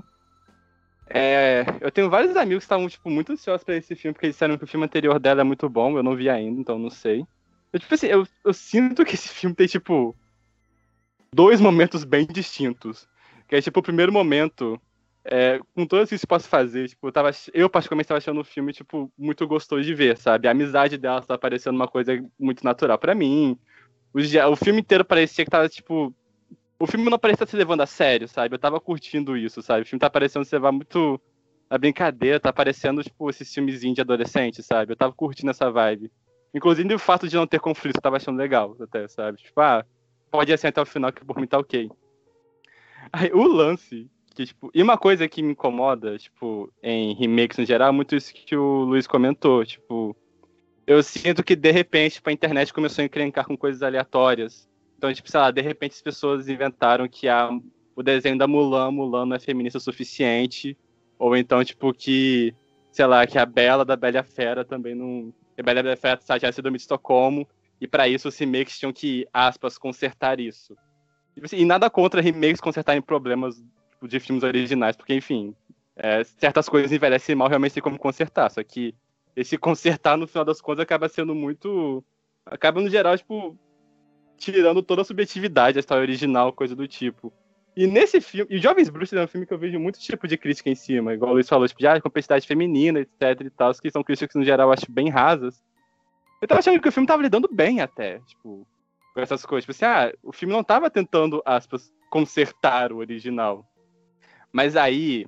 É, eu tenho vários amigos que estavam, tipo, muito ansiosos pra esse filme, porque eles disseram que o filme anterior dela é muito bom, eu não vi ainda, então não sei. Eu, tipo assim, eu, eu sinto que esse filme tem, tipo, dois momentos bem distintos. Que é, tipo, o primeiro momento, é, com todas isso que posso fazer, tipo, eu, tava, eu particularmente estava achando o filme, tipo, muito gostoso de ver, sabe? A amizade dela tá parecendo uma coisa muito natural pra mim. O, o filme inteiro parecia que tava, tipo... O filme não parecia se levando a sério, sabe? Eu tava curtindo isso, sabe? O filme tá parecendo se levar muito a brincadeira, tá parecendo, tipo, esses filmezinhos de adolescente, sabe? Eu tava curtindo essa vibe. Inclusive o fato de não ter conflito, eu tava achando legal, até, sabe? Tipo, ah, pode ir assim até o final, que por mim tá ok. Aí, o lance, que, tipo... E uma coisa que me incomoda, tipo, em remakes no geral, é muito isso que o Luiz comentou, tipo... Eu sinto que, de repente, tipo, a internet começou a encrencar com coisas aleatórias. Então, tipo, sei lá, de repente as pessoas inventaram que a, o desenho da Mulan, Mulan não é feminista o suficiente. Ou então, tipo, que sei lá, que a Bela da Bela e a Fera também não... A Bela e a Fera tinha síndrome de Estocolmo, e pra isso os remakes tinham que, aspas, consertar isso. E nada contra remakes consertarem problemas tipo, de filmes originais, porque, enfim, é, certas coisas envelhecem mal, realmente tem como consertar, só que esse consertar, no final das contas, acaba sendo muito... Acaba, no geral, tipo, tirando toda a subjetividade da história original, coisa do tipo. E nesse filme... E Jovens Bruxas é um filme que eu vejo muito tipo de crítica em cima, igual o Luiz falou, tipo, de ah, complexidade feminina, etc e tal, que são críticas que, no geral, eu acho bem rasas. Eu tava achando que o filme tava lidando bem, até, tipo, com essas coisas. Tipo assim, ah, o filme não tava tentando, aspas, consertar o original. Mas aí...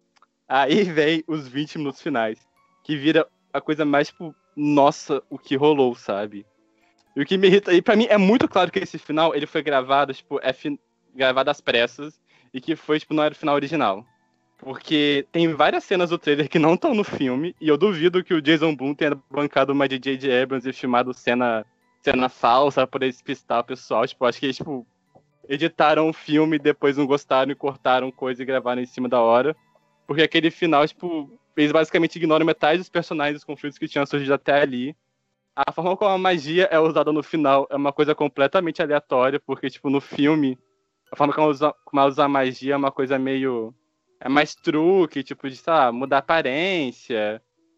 Aí vem os vinte minutos finais, que vira a coisa mais, tipo, nossa, o que rolou, sabe? E o que me irrita, e pra mim é muito claro que esse final, ele foi gravado, tipo, é fi... gravado às pressas, e que foi, tipo, não era o final original. Porque tem várias cenas do trailer que não estão no filme, e eu duvido que o Jason Blum tenha bancado uma de J J Abrams e filmado cena, cena falsa pra poder despistar o pessoal. Tipo, acho que eles, tipo, editaram o filme, depois não gostaram e cortaram coisa e gravaram em cima da hora. Porque aquele final, tipo, eles basicamente ignoram metade dos personagens dos conflitos que tinham surgido até ali. A forma como a magia é usada no final é uma coisa completamente aleatória, porque, tipo, no filme, a forma como ela usa, como ela usa a magia é uma coisa meio... É mais truque, tipo, de, sei lá, mudar a aparência,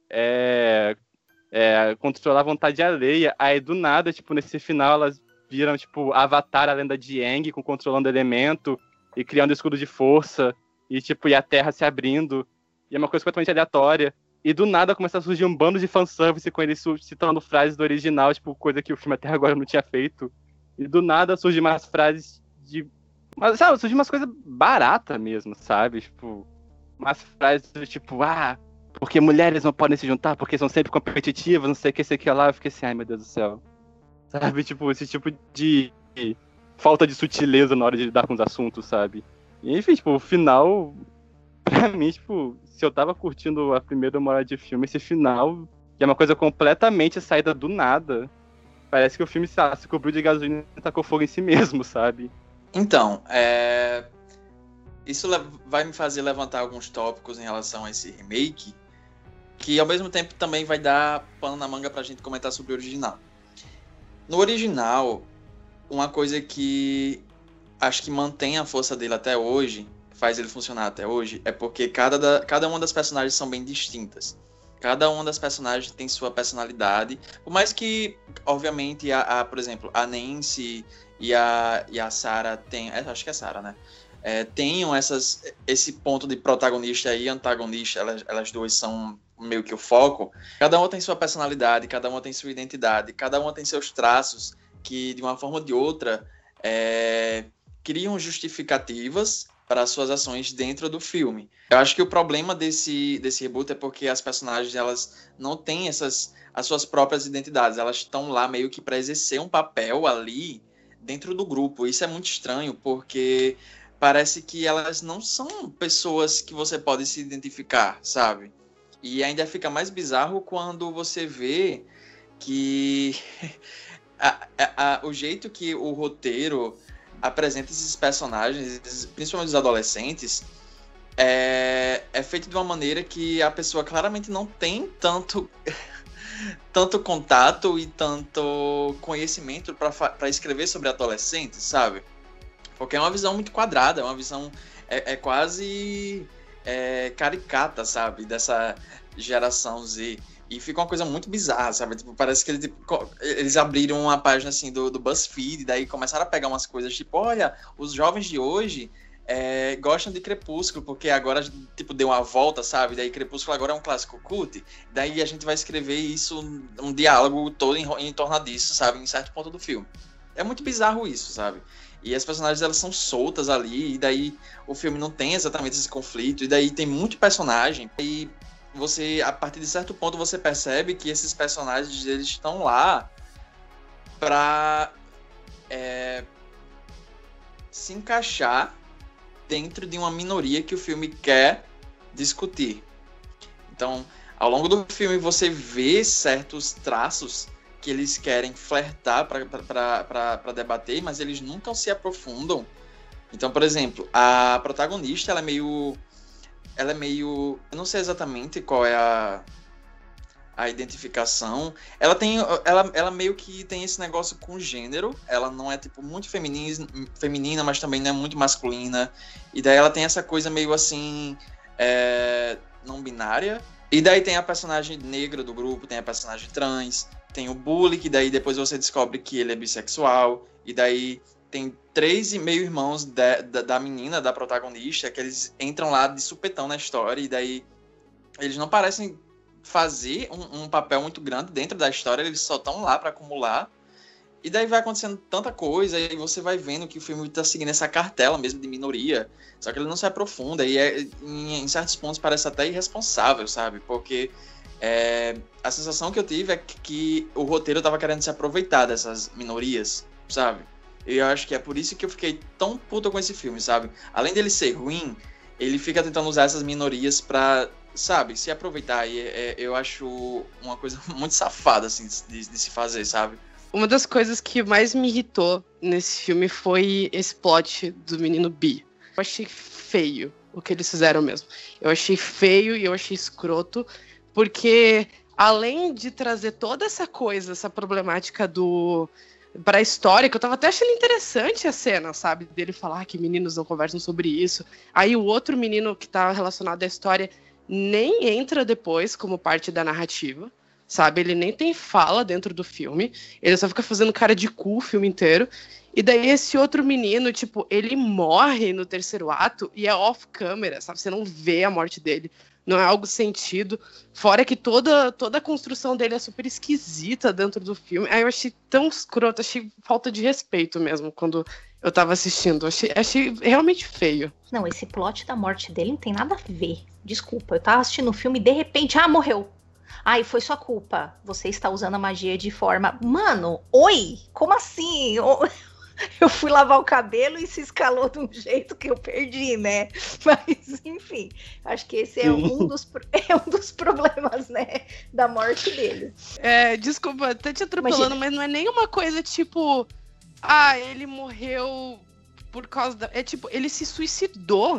é, é, controlar a vontade alheia. Aí, do nada, tipo, nesse final, elas viram, tipo, Avatar, a lenda de Aang, com controlando elemento e criando escudo de força. E, tipo, e a Terra se abrindo. E é uma coisa completamente aleatória. E do nada começa a surgir um bando de fanservice com eles citando frases do original, tipo, coisa que o filme até agora não tinha feito. E do nada surgem umas frases de... Mas, sabe, surgem umas coisas baratas mesmo, sabe? Tipo, umas frases do tipo, ah, porque mulheres não podem se juntar, porque são sempre competitivas, não sei o que, sei o que lá. Eu fiquei assim, ai meu Deus do céu. Sabe, tipo, esse tipo de falta de sutileza na hora de lidar com os assuntos, sabe? E, enfim, tipo, o final, pra mim, tipo, se eu tava curtindo a primeira uma hora de filme, esse final, que é uma coisa completamente saída do nada, parece que o filme sabe, se cobriu de gasolina e tacou fogo em si mesmo, sabe? Então, é... isso vai me fazer levantar alguns tópicos em relação a esse remake, que ao mesmo tempo também vai dar pano na manga pra gente comentar sobre o original. No original, uma coisa que acho que mantém a força dele até hoje, faz ele funcionar até hoje, é porque cada, da, cada uma das personagens são bem distintas. Cada uma das personagens tem sua personalidade. Por mais que, obviamente, a, a, por exemplo, a Nancy e a, e a Sarah tem, acho que é Sarah, né? É, tenham essas, esse ponto de protagonista e antagonista, elas, elas duas são meio que o foco. Cada uma tem sua personalidade, cada uma tem sua identidade, cada uma tem seus traços que, de uma forma ou de outra, é, criam justificativas para as suas ações dentro do filme. Eu acho que o problema desse, desse reboot é porque as personagens, elas não têm essas, as suas próprias identidades, elas estão lá meio que para exercer um papel ali dentro do grupo. Isso é muito estranho, porque parece que elas não são pessoas que você pode se identificar, sabe? E ainda fica mais bizarro quando você vê que a, a, a, o jeito que o roteiro apresenta esses personagens, principalmente os adolescentes, é, é feito de uma maneira que a pessoa claramente não tem tanto, tanto contato e tanto conhecimento para escrever sobre adolescentes, sabe? Porque é uma visão muito quadrada, é uma visão é, é quase é, caricata, sabe? Dessa geração Z. E fica uma coisa muito bizarra, sabe? Tipo, parece que ele, tipo, eles abriram uma página assim do, do BuzzFeed, e daí começaram a pegar umas coisas tipo, olha, os jovens de hoje é, gostam de Crepúsculo, porque agora tipo, deu uma volta, sabe? Daí Crepúsculo agora é um clássico cult, daí a gente vai escrever isso, um diálogo todo em, em torno disso, sabe? Em certo ponto do filme. É muito bizarro isso, sabe? E as personagens, elas são soltas ali, e daí o filme não tem exatamente esse conflito, e daí tem muito personagem, e você, a partir de certo ponto, você percebe que esses personagens, eles estão lá pra é, se encaixar dentro de uma minoria que o filme quer discutir. Então, ao longo do filme, você vê certos traços que eles querem flertar para debater, mas eles nunca se aprofundam. Então, por exemplo, a protagonista, ela é meio... ela é meio... Eu não sei exatamente qual é a, a identificação. Ela tem... Ela, ela meio que tem esse negócio com gênero. Ela não é, tipo, muito feminina, feminina, mas também não é muito masculina. E daí ela tem essa coisa meio assim... É, não binária. E daí tem a personagem negra do grupo, tem a personagem trans, tem o bully, que daí depois você descobre que ele é bissexual. E daí tem três e meio irmãos de, da, da menina, da protagonista, que eles entram lá de supetão na história. E daí eles não parecem fazer um, um papel muito grande dentro da história, eles só estão lá para acumular. E daí vai acontecendo tanta coisa, e você vai vendo que o filme tá seguindo essa cartela mesmo de minoria, só que ele não se aprofunda, e é, em, em certos pontos parece até irresponsável, sabe? Porque é, a sensação que eu tive é que, que o roteiro tava querendo se aproveitar dessas minorias, sabe? E eu acho que é por isso que eu fiquei tão puto com esse filme, sabe? Além dele ser ruim, ele fica tentando usar essas minorias pra, sabe, se aproveitar, e é, eu acho uma coisa muito safada, assim, de, de se fazer, sabe? Uma das coisas que mais me irritou nesse filme foi esse plot do menino bi. Eu achei feio o que eles fizeram mesmo. Eu achei feio e eu achei escroto, porque além de trazer toda essa coisa, essa problemática do... pra história, que eu tava até achando interessante a cena, sabe? Dele falar que meninos não conversam sobre isso. Aí o outro menino que tá relacionado à história nem entra depois como parte da narrativa. Sabe, ele nem tem fala dentro do filme, ele só fica fazendo cara de cu o filme inteiro, e daí esse outro menino, tipo, ele morre no terceiro ato e é off-câmera, sabe, você não vê a morte dele, não é algo sentido, fora que toda, toda a construção dele é super esquisita dentro do filme. Aí eu achei tão escroto, achei falta de respeito mesmo quando eu tava assistindo, achei, achei realmente feio. Não, esse plot da morte dele não tem nada a ver, desculpa, eu tava assistindo o filme e de repente, ah, morreu. Ai, foi sua culpa. Você está usando a magia de forma... Mano, oi? Como assim? Eu, eu fui lavar o cabelo e se escalou de um jeito que eu perdi, né? Mas, enfim, acho que esse é um dos, é um dos problemas, né? Da morte dele. É, desculpa, até te atropelando, Imagina. mas não é nenhuma coisa tipo... Ah, ele morreu por causa da... É tipo, ele se suicidou.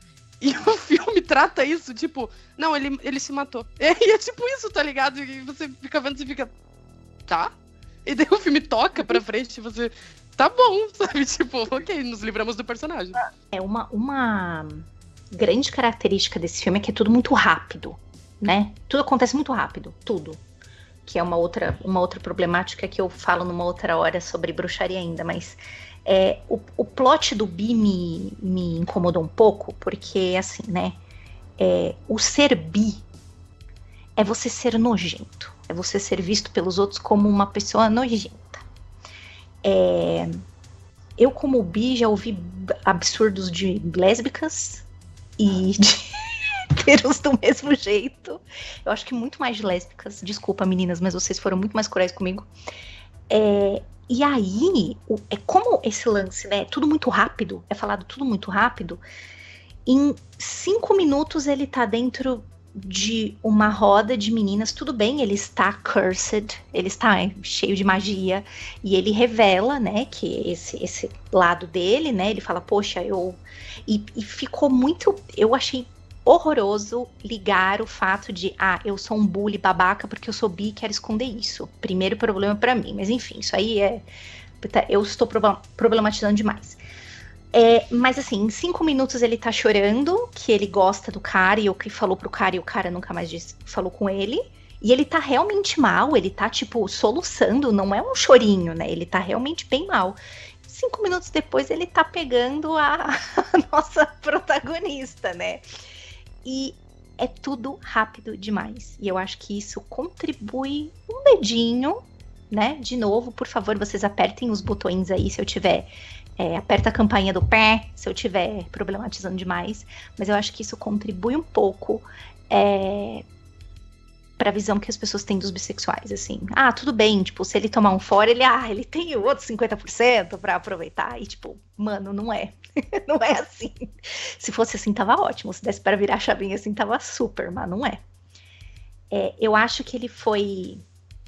E o filme trata isso, tipo... Não, ele, ele se matou. E é tipo isso, tá ligado? E você fica vendo e fica... Tá? E daí o filme toca pra frente e você... Tá bom, sabe? Tipo, ok, nos livramos do personagem. É uma, uma grande característica desse filme é que é tudo muito rápido, né? Tudo acontece muito rápido, tudo. Que é uma outra, uma outra problemática que eu falo numa outra hora sobre bruxaria ainda, mas... É, o, o plot do bi me, me incomodou um pouco, porque, assim, né, é, o ser bi é você ser nojento, é você ser visto pelos outros como uma pessoa nojenta. É, eu, como bi, já ouvi absurdos de lésbicas e de héteros do mesmo jeito. Eu acho que muito mais de lésbicas, desculpa, meninas, mas vocês foram muito mais cruéis comigo. É... E aí, o, é como esse lance, né? Tudo muito rápido, é falado tudo muito rápido. Em cinco minutos ele tá dentro de uma roda de meninas. Tudo bem, ele está cursed, ele está cheio de magia. E ele revela, né, que esse, esse lado dele, né? Ele fala, poxa, eu... E, e ficou muito... Eu achei horroroso ligar o fato de, ah, eu sou um bully babaca porque eu sou bi e quero esconder isso. Primeiro problema pra mim, mas enfim, isso aí é... Eu estou problematizando demais. É, mas assim, em cinco minutos ele tá chorando, que ele gosta do cara e o que falou pro cara e o cara nunca mais disse, falou com ele. E ele tá realmente mal, ele tá tipo soluçando, não é um chorinho, né? Ele tá realmente bem mal. Cinco minutos depois ele tá pegando a, a nossa protagonista, né? E é tudo rápido demais. E eu acho que isso contribui um dedinho, né? De novo, por favor, vocês apertem os botões aí se eu tiver... É, aperta a campainha do pé se eu tiver problematizando demais. Mas eu acho que isso contribui um pouco é, pra visão que as pessoas têm dos bissexuais, assim. Ah, tudo bem, tipo, se ele tomar um fora, ele, ah, ele tem o outro cinquenta por cento pra aproveitar. E tipo, mano, não é. Não é assim. Se fosse assim, tava ótimo. Se desse para virar a chavinha assim, tava super, mas não é. é. Eu acho que ele foi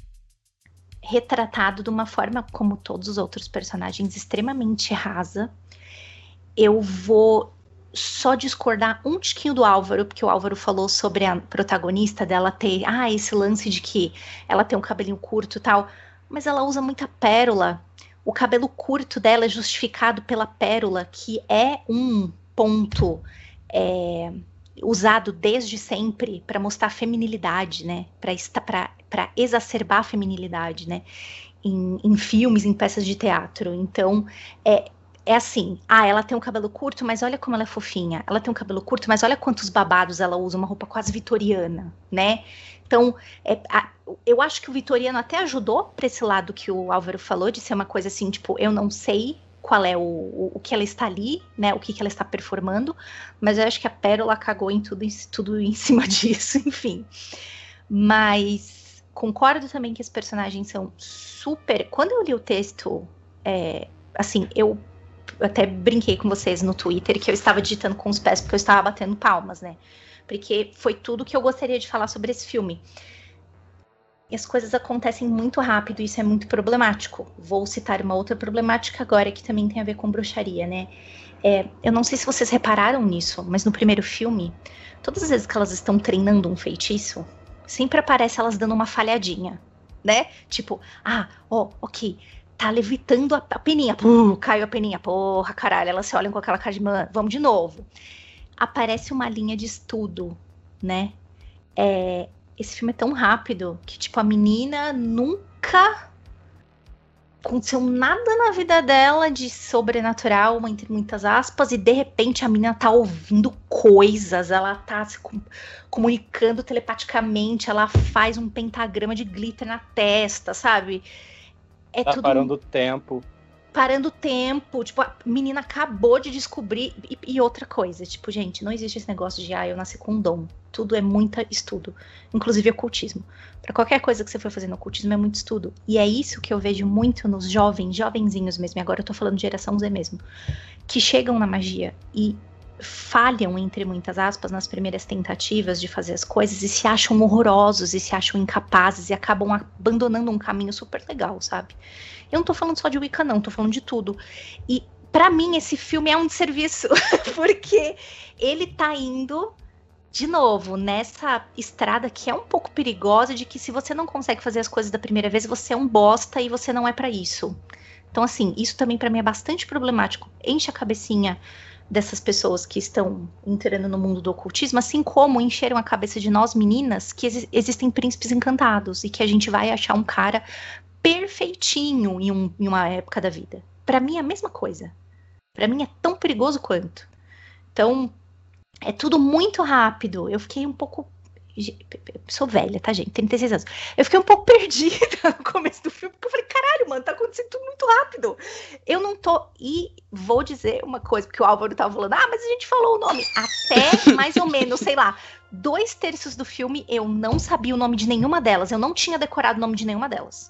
retratado de uma forma, como todos os outros personagens, extremamente rasa. Eu vou só discordar um tiquinho do Álvaro, porque o Álvaro falou sobre a protagonista dela ter, ah, esse lance de que ela tem um cabelinho curto e tal, mas ela usa muita pérola. O cabelo curto dela é justificado pela pérola, que é um ponto é, usado desde sempre para mostrar feminilidade, né? Para exacerbar a feminilidade, né? Em, em filmes, em peças de teatro. Então, é, é assim, ah, ela tem um cabelo curto, mas olha como ela é fofinha. Ela tem um cabelo curto, mas olha quantos babados ela usa, uma roupa quase vitoriana, né? Então, é, a, eu acho que o vitoriano até ajudou para esse lado que o Álvaro falou, de ser uma coisa assim, tipo, eu não sei qual é o, o, o que ela está ali, né, o que, que ela está performando, mas eu acho que a Pérola cagou em tudo, em, tudo em cima disso, enfim. Mas concordo também que os personagens são super... Quando eu li o texto, é, assim, eu até brinquei com vocês no Twitter que eu estava digitando com os pés porque eu estava batendo palmas, né? Porque foi tudo que eu gostaria de falar sobre esse filme. E as coisas acontecem muito rápido, e isso é muito problemático. Vou citar uma outra problemática agora, que também tem a ver com bruxaria, né? É, eu não sei se vocês repararam nisso, mas no primeiro filme, todas as vezes que elas estão treinando um feitiço, sempre aparece elas dando uma falhadinha, né? Tipo, ah, ó, oh, ok, tá levitando a, a peninha, Puh, caiu a peninha, porra, caralho, elas se olham com aquela cara de, mano, vamos de novo. Aparece uma linha de estudo, né? É, esse filme é tão rápido que, tipo, a menina nunca aconteceu nada na vida dela de sobrenatural, entre muitas aspas, e de repente a menina tá ouvindo coisas, ela tá se com, comunicando telepaticamente, ela faz um pentagrama de glitter na testa, sabe? É tá tudo... parando o tempo. Parando o tempo, tipo, a menina acabou de descobrir, e, e outra coisa, tipo, gente, não existe esse negócio de, ah, eu nasci com um dom, tudo é muito estudo, inclusive ocultismo, pra qualquer coisa que você for fazer no ocultismo é muito estudo, e é isso que eu vejo muito nos jovens, jovenzinhos mesmo, e agora eu tô falando de geração Z mesmo, que chegam na magia e falham, entre muitas aspas, nas primeiras tentativas de fazer as coisas e se acham horrorosos e se acham incapazes e acabam abandonando um caminho super legal, sabe? Eu não tô falando só de Wicca, não, tô falando de tudo. E pra mim esse filme é um desserviço, porque ele tá indo de novo nessa estrada que é um pouco perigosa, de que se você não consegue fazer as coisas da primeira vez, você é um bosta e você não é pra isso. Então assim, isso também pra mim é bastante problemático. Enche a cabecinha dessas pessoas que estão entrando no mundo do ocultismo, assim como encheram a cabeça de nós meninas que ex- existem príncipes encantados e que a gente vai achar um cara perfeitinho em, um, em uma época da vida. Pra mim é a mesma coisa. Pra mim é tão perigoso quanto. Então, é tudo muito rápido. Eu fiquei um pouco... Sou velha, tá, gente? trinta e seis anos. Eu fiquei um pouco perdida no começo do filme, porque eu falei, caralho, mano, tá acontecendo tudo muito rápido. Eu não tô... E vou dizer uma coisa, porque o Álvaro tava falando, ah, mas a gente falou o nome. Até mais ou menos, sei lá, dois terços do filme eu não sabia o nome de nenhuma delas. Eu não tinha decorado o nome de nenhuma delas.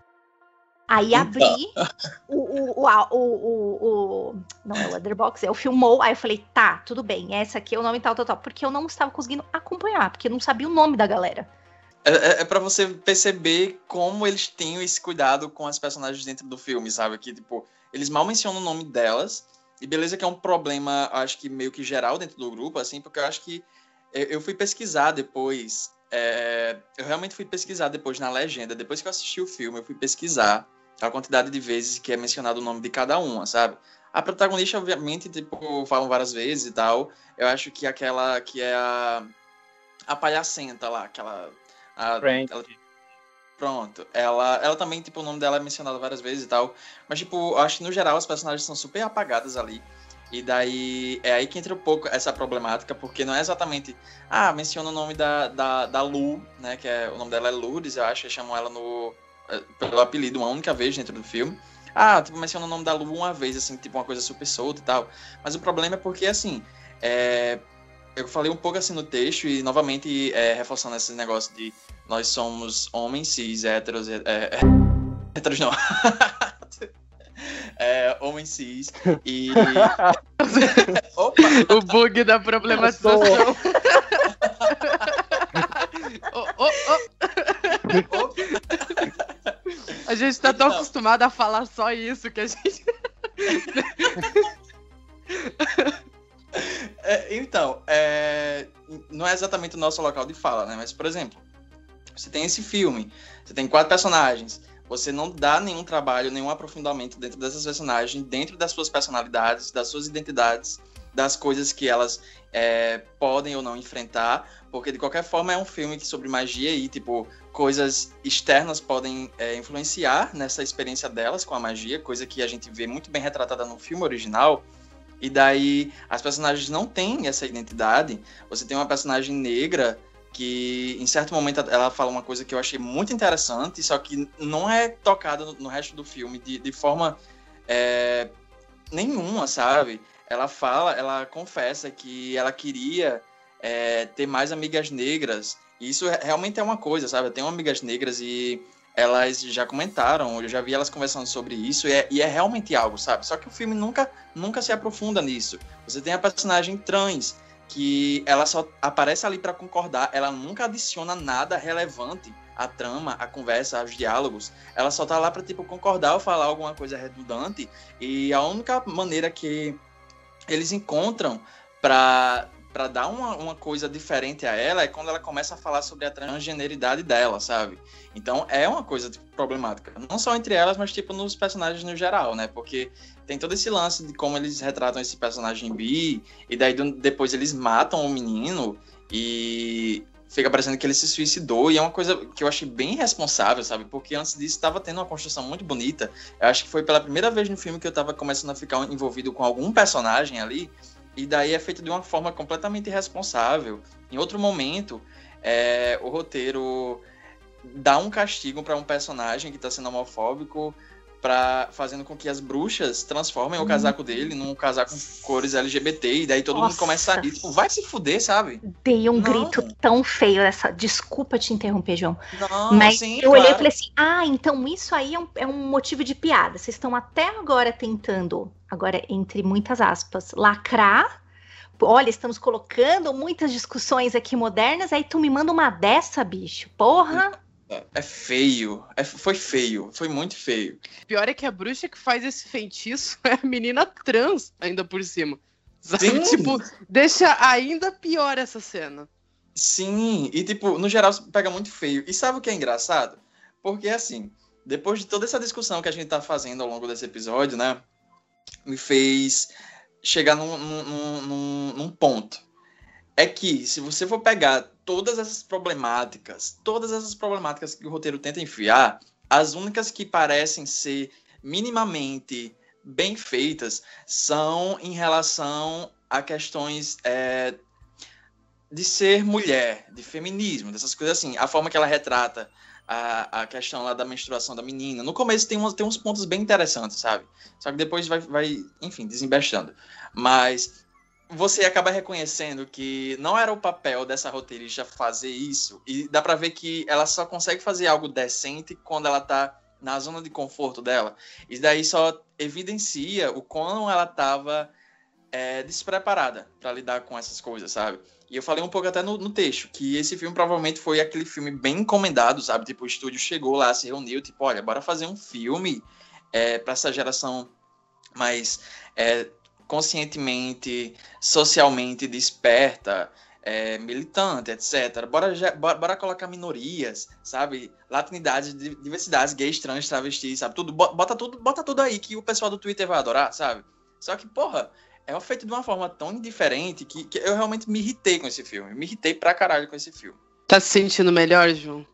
Aí abri o, o, o, o, o, o... Não é o Letterboxd, é o Filmou. Aí eu falei, tá, tudo bem, essa aqui é o nome tal, tal, tal. Porque eu não estava conseguindo acompanhar, porque eu não sabia o nome da galera. É, é, é pra você perceber como eles têm esse cuidado com as personagens dentro do filme, sabe? Que, tipo, eles mal mencionam o nome delas. E beleza que é um problema, acho que meio que geral dentro do grupo, assim, porque eu acho que eu fui pesquisar depois... É, eu realmente fui pesquisar depois na legenda. Depois que eu assisti o filme, eu fui pesquisar a quantidade de vezes que é mencionado o nome de cada uma, sabe? A protagonista, obviamente, tipo, falam várias vezes e tal. Eu acho que aquela que é a, a palhacenta lá, aquela... A, ela, pronto. Ela, ela também, tipo, o nome dela é mencionado várias vezes e tal. Mas, tipo, eu acho que no geral as personagens são super apagadas ali. E daí, é aí que entra um pouco essa problemática, porque não é exatamente... Ah, menciona o nome da, da, da Lu, né? Que é, o nome dela é Lourdes, eu acho, que chamam ela no, pelo apelido uma única vez dentro do filme. Ah, tipo, menciona o nome da Lu uma vez, assim, tipo uma coisa super solta e tal. Mas o problema é porque, assim, é, eu falei um pouco assim no texto e, novamente, é, reforçando esse negócio de nós somos homens cis, héteros... É, é, héteros não... É, homem cis e... Opa. O bug da problematização. oh, oh, oh. A gente tá tão então... acostumado a falar só isso que a gente... Então, é, não é exatamente o nosso local de fala, né? Mas, por exemplo, você tem esse filme, você tem quatro personagens, você não dá nenhum trabalho, nenhum aprofundamento dentro dessas personagens, dentro das suas personalidades, das suas identidades, das coisas que elas é, podem ou não enfrentar, porque de qualquer forma é um filme sobre magia e, tipo, coisas externas podem é, influenciar nessa experiência delas com a magia, coisa que a gente vê muito bem retratada no filme original. E daí as personagens não têm essa identidade. Você tem uma personagem negra que, em certo momento, ela fala uma coisa que eu achei muito interessante, só que não é tocada no, no resto do filme de, de forma é, nenhuma, sabe? Ela fala, ela confessa que ela queria é, ter mais amigas negras. E isso realmente é uma coisa, sabe? Eu tenho amigas negras e elas já comentaram, eu já vi elas conversando sobre isso, e é, e é realmente algo, sabe? Só que o filme nunca, nunca se aprofunda nisso. Você tem a personagem trans, que ela só aparece ali para concordar, ela nunca adiciona nada relevante à trama, à conversa, aos diálogos. Ela só tá lá para, tipo, concordar ou falar alguma coisa redundante, e a única maneira que eles encontram para para dar uma, uma coisa diferente a ela é quando ela começa a falar sobre a transgeneridade dela, sabe? Então é uma coisa, tipo, problemática. Não só entre elas, mas tipo nos personagens no geral, né? Porque tem todo esse lance de como eles retratam esse personagem bi, e daí depois eles matam o menino e fica parecendo que ele se suicidou, e é uma coisa que eu achei bem irresponsável, sabe? Porque antes disso estava tendo uma construção muito bonita. Eu acho que foi pela primeira vez no filme que eu estava começando a ficar envolvido com algum personagem ali, e daí é feito de uma forma completamente irresponsável. Em outro momento, é, o roteiro dá um castigo para um personagem que está sendo homofóbico, pra, fazendo com que as bruxas transformem hum. o casaco dele num casaco com cores L G B T, e daí todo Nossa. mundo começa a rir, tipo, vai se fuder, sabe? Dei um Não. grito tão feio essa. Desculpa te interromper, João. Não, mas sim, eu claro. olhei e falei assim: ah, então isso aí é um, é um motivo de piada. Vocês estão até agora tentando, agora entre muitas aspas, lacrar. Olha, estamos colocando muitas discussões aqui modernas, aí tu me manda uma dessa, bicho. Porra! É, é feio. É, foi feio. Foi muito feio. Pior é que a bruxa que faz esse feitiço é a menina trans, ainda por cima. Sabe? Sim. Tipo, deixa ainda pior essa cena. Sim, e tipo, no geral pega muito feio. E sabe o que é engraçado? Porque assim, depois de toda essa discussão que a gente tá fazendo ao longo desse episódio, né? Me fez chegar num, num, num, num ponto. É que, se você for pegar todas essas problemáticas, todas essas problemáticas que o roteiro tenta enfiar, as únicas que parecem ser minimamente bem feitas são em relação a questões é, de ser mulher, de feminismo, dessas coisas assim. A forma que ela retrata a, a questão lá da menstruação da menina. No começo tem, uns, tem uns pontos bem interessantes, sabe? Só que depois vai, vai enfim, desembestando. Mas você acaba reconhecendo que não era o papel dessa roteirista fazer isso, e dá pra ver que ela só consegue fazer algo decente quando ela tá na zona de conforto dela. Isso daí só evidencia o quão ela tava é, despreparada pra lidar com essas coisas, sabe? E eu falei um pouco até no, no texto, que esse filme provavelmente foi aquele filme bem encomendado, sabe? Tipo, o estúdio chegou lá, se reuniu, tipo, olha, bora fazer um filme é, pra essa geração mais é, conscientemente, socialmente desperta, é, militante, etcétera. Bora, bora, bora colocar minorias, sabe? Latinidades, diversidades, gays, trans, travestis, sabe? Tudo, bota, tudo, bota tudo aí que o pessoal do Twitter vai adorar, sabe? Só que, porra, é feito de uma forma tão indiferente que, que eu realmente me irritei com esse filme. Me irritei pra caralho com esse filme. Tá se sentindo melhor, João?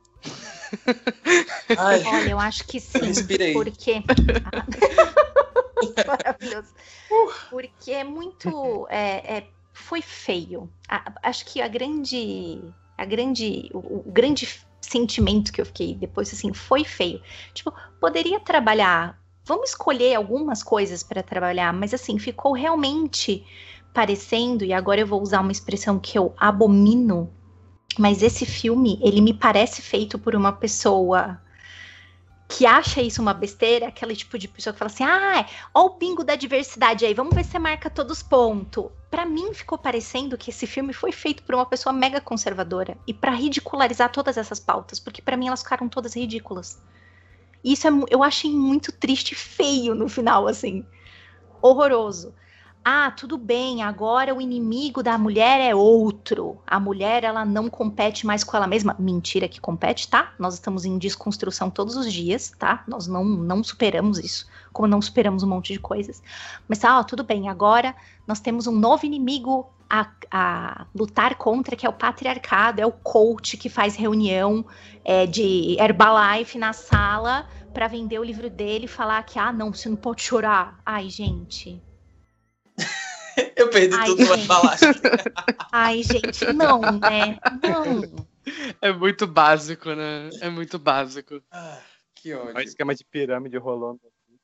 Ai, olha, eu acho que sim. Respirei. Porque... Maravilhoso. Porque é muito... É, é, foi feio. A, acho que a grande... A grande o, o grande sentimento que eu fiquei depois, assim, foi feio. Tipo, poderia trabalhar... Vamos escolher algumas coisas para trabalhar, mas assim, ficou realmente parecendo, e agora eu vou usar uma expressão que eu abomino, mas esse filme, ele me parece feito por uma pessoa que acha isso uma besteira, aquele tipo de pessoa que fala assim, ah, ó o bingo da diversidade aí, vamos ver se você marca todos os pontos. Pra mim, ficou parecendo que esse filme foi feito por uma pessoa mega conservadora, e pra ridicularizar todas essas pautas, porque pra mim elas ficaram todas ridículas. E isso é, eu achei muito triste e feio no final, assim. Horroroso. ah, tudo bem, agora o inimigo da mulher é outro. A mulher, ela não compete mais com ela mesma. Mentira que compete, tá? Nós estamos em desconstrução todos os dias, tá? Nós não, não superamos isso, como não superamos um monte de coisas. Mas tá, ó, tudo bem, agora nós temos um novo inimigo a, a lutar contra, que é o patriarcado, é o coach que faz reunião é, de Herbalife na sala para vender o livro dele e falar que, ah, não, você não pode chorar. Ai, gente... Eu perdi Ai, tudo na gente. embalagem. Ai, gente, não, né? Não. É muito básico, né? É muito básico. Ah, que ódio. Olha o esquema de pirâmide rolando.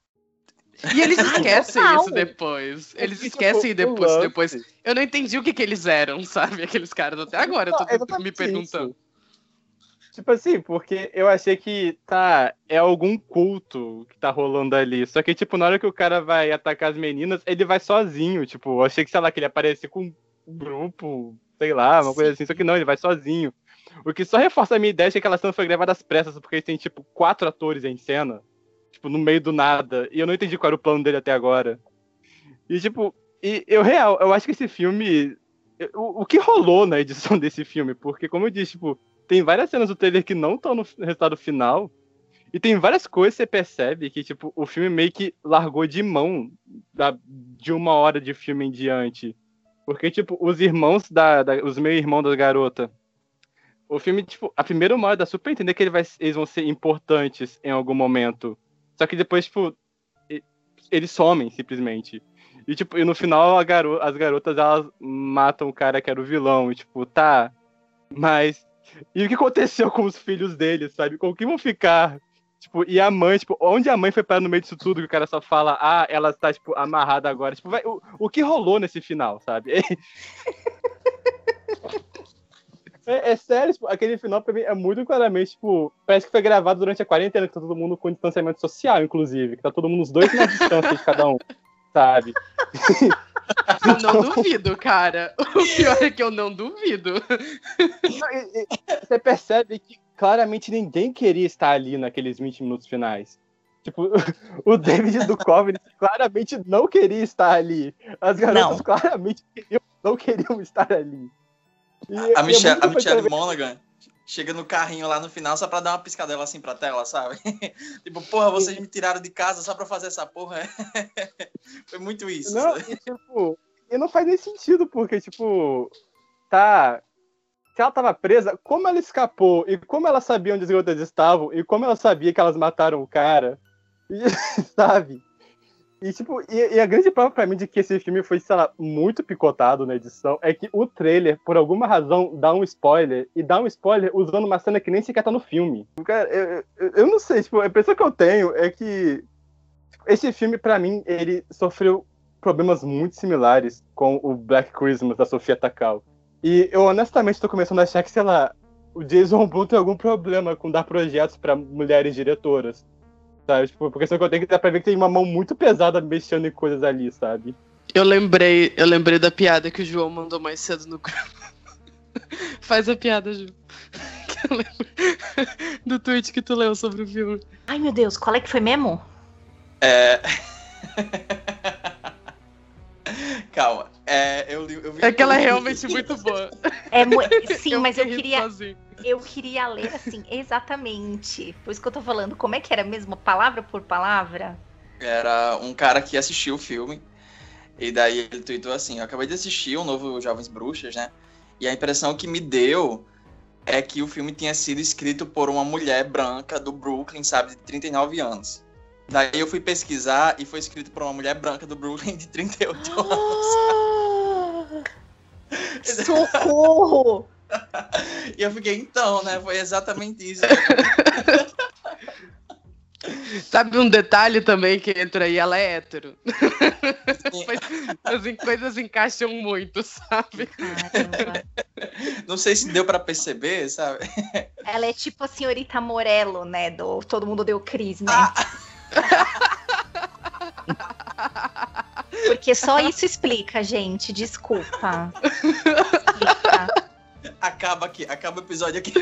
E eles Ai, esquecem total. isso depois. Eles Tipo, esquecem o depois, lance- depois. Eu não entendi o que, que eles eram, sabe? Aqueles caras até agora, eu Não, tô me exatamente perguntando. isso. Tipo assim, porque eu achei que, tá, é algum culto que tá rolando ali. Só que, tipo, na hora que o cara vai atacar as meninas, ele vai sozinho. Tipo, eu achei que, sei lá, que ele ia aparecer com um grupo, sei lá, uma coisa assim. Só que não, ele vai sozinho. O que só reforça a minha ideia de que aquela cena foi gravada às pressas, porque tem, tipo, quatro atores em cena. Tipo, no meio do nada. E eu não entendi qual era o plano dele até agora. E, tipo, e, eu real, eu acho que esse filme... O, o que rolou na edição desse filme? Porque, como eu disse, tipo... Tem várias cenas do trailer que não estão no resultado final. E tem várias coisas que você percebe que, tipo, o filme meio que largou de mão da, de uma hora de filme em diante. Porque, tipo, os irmãos da... da os meio-irmãos da garota. O filme, tipo, a primeira uma hora dá super a entender que ele vai, eles vão ser importantes em algum momento. Só que depois, tipo, eles somem, simplesmente. E, tipo, e no final a garo, as garotas, elas matam o cara que era o vilão. E, tipo, tá... Mas... E o que aconteceu com os filhos deles, sabe? Com o que vão ficar? Tipo, e a mãe, tipo, onde a mãe foi parar no meio disso tudo, que o cara só fala, ah, ela tá, tipo, amarrada agora. Tipo, vai, o, o que rolou nesse final, sabe? É, é sério, tipo, aquele final pra mim é muito claramente, tipo, parece que foi gravado durante a quarentena, que tá todo mundo com distanciamento social, inclusive, que tá todo mundo os dois na distância de cada um, sabe? Eu não duvido, cara. O pior é que eu não duvido. Você percebe que claramente ninguém queria estar ali naqueles vinte minutos finais. Tipo, o David Duchovny claramente não queria estar ali. As garotas Não. claramente queriam, não queriam estar ali. E, A e Michelle, é muito a Michelle bacana. Monaghan chega no carrinho lá no final só pra dar uma piscadela assim pra tela, sabe? Tipo, porra, vocês me tiraram de casa só pra fazer essa porra. Foi muito isso. Não, e tipo, e não faz nem sentido, porque, tipo, tá. Se ela tava presa, como ela escapou? E como ela sabia onde as garotas estavam? E como ela sabia que elas mataram o cara? E, sabe? E, tipo, e, e a grande prova pra mim de que esse filme foi, sei lá, muito picotado na edição é que o trailer, por alguma razão, dá um spoiler. E dá um spoiler usando uma cena que nem sequer tá no filme. Cara, eu, eu, eu não sei, tipo, a impressão que eu tenho é que tipo, esse filme, pra mim, ele sofreu problemas muito similares com o Black Christmas da Sofia Takao. E eu honestamente tô começando a achar que, sei lá, o Jason Blum tem algum problema com dar projetos pra mulheres diretoras. Sabe? Tipo, porque só que eu tenho que dar pra ver que tem uma mão muito pesada mexendo em coisas ali, sabe? Eu lembrei, eu lembrei da piada que o João mandou mais cedo no grupo. Faz a piada, Ju. Que eu lembro do tweet que tu leu sobre o filme. Ai, meu Deus, qual é que foi mesmo? É... Calma. É, eu, li- eu vi É que ela é realmente muito boa. É mu- Sim, mas eu fiquei queria, sozinho. eu queria ler assim, exatamente. Por isso que eu tô falando. Como é que era mesmo, palavra por palavra? Era um cara que assistiu o filme. E daí ele tweetou assim: eu acabei de assistir o novo Jovens Bruxas, né? E a impressão que me deu é que o filme tinha sido escrito por uma mulher branca do Brooklyn, sabe, de trinta e nove anos. Daí eu fui pesquisar e foi escrito por uma mulher branca do Brooklyn de trinta e oito anos. Socorro! E eu fiquei, então, né? Foi exatamente isso. Sabe um detalhe também que entra aí? Ela é hétero. As coisas encaixam muito, sabe? Caramba. Não sei se deu pra perceber, sabe? Ela é tipo a senhorita Morello, né? Do Todo Mundo Deu Cris, né? Porque só isso explica, gente. Desculpa. Explica. Acaba aqui, acaba o episódio aqui.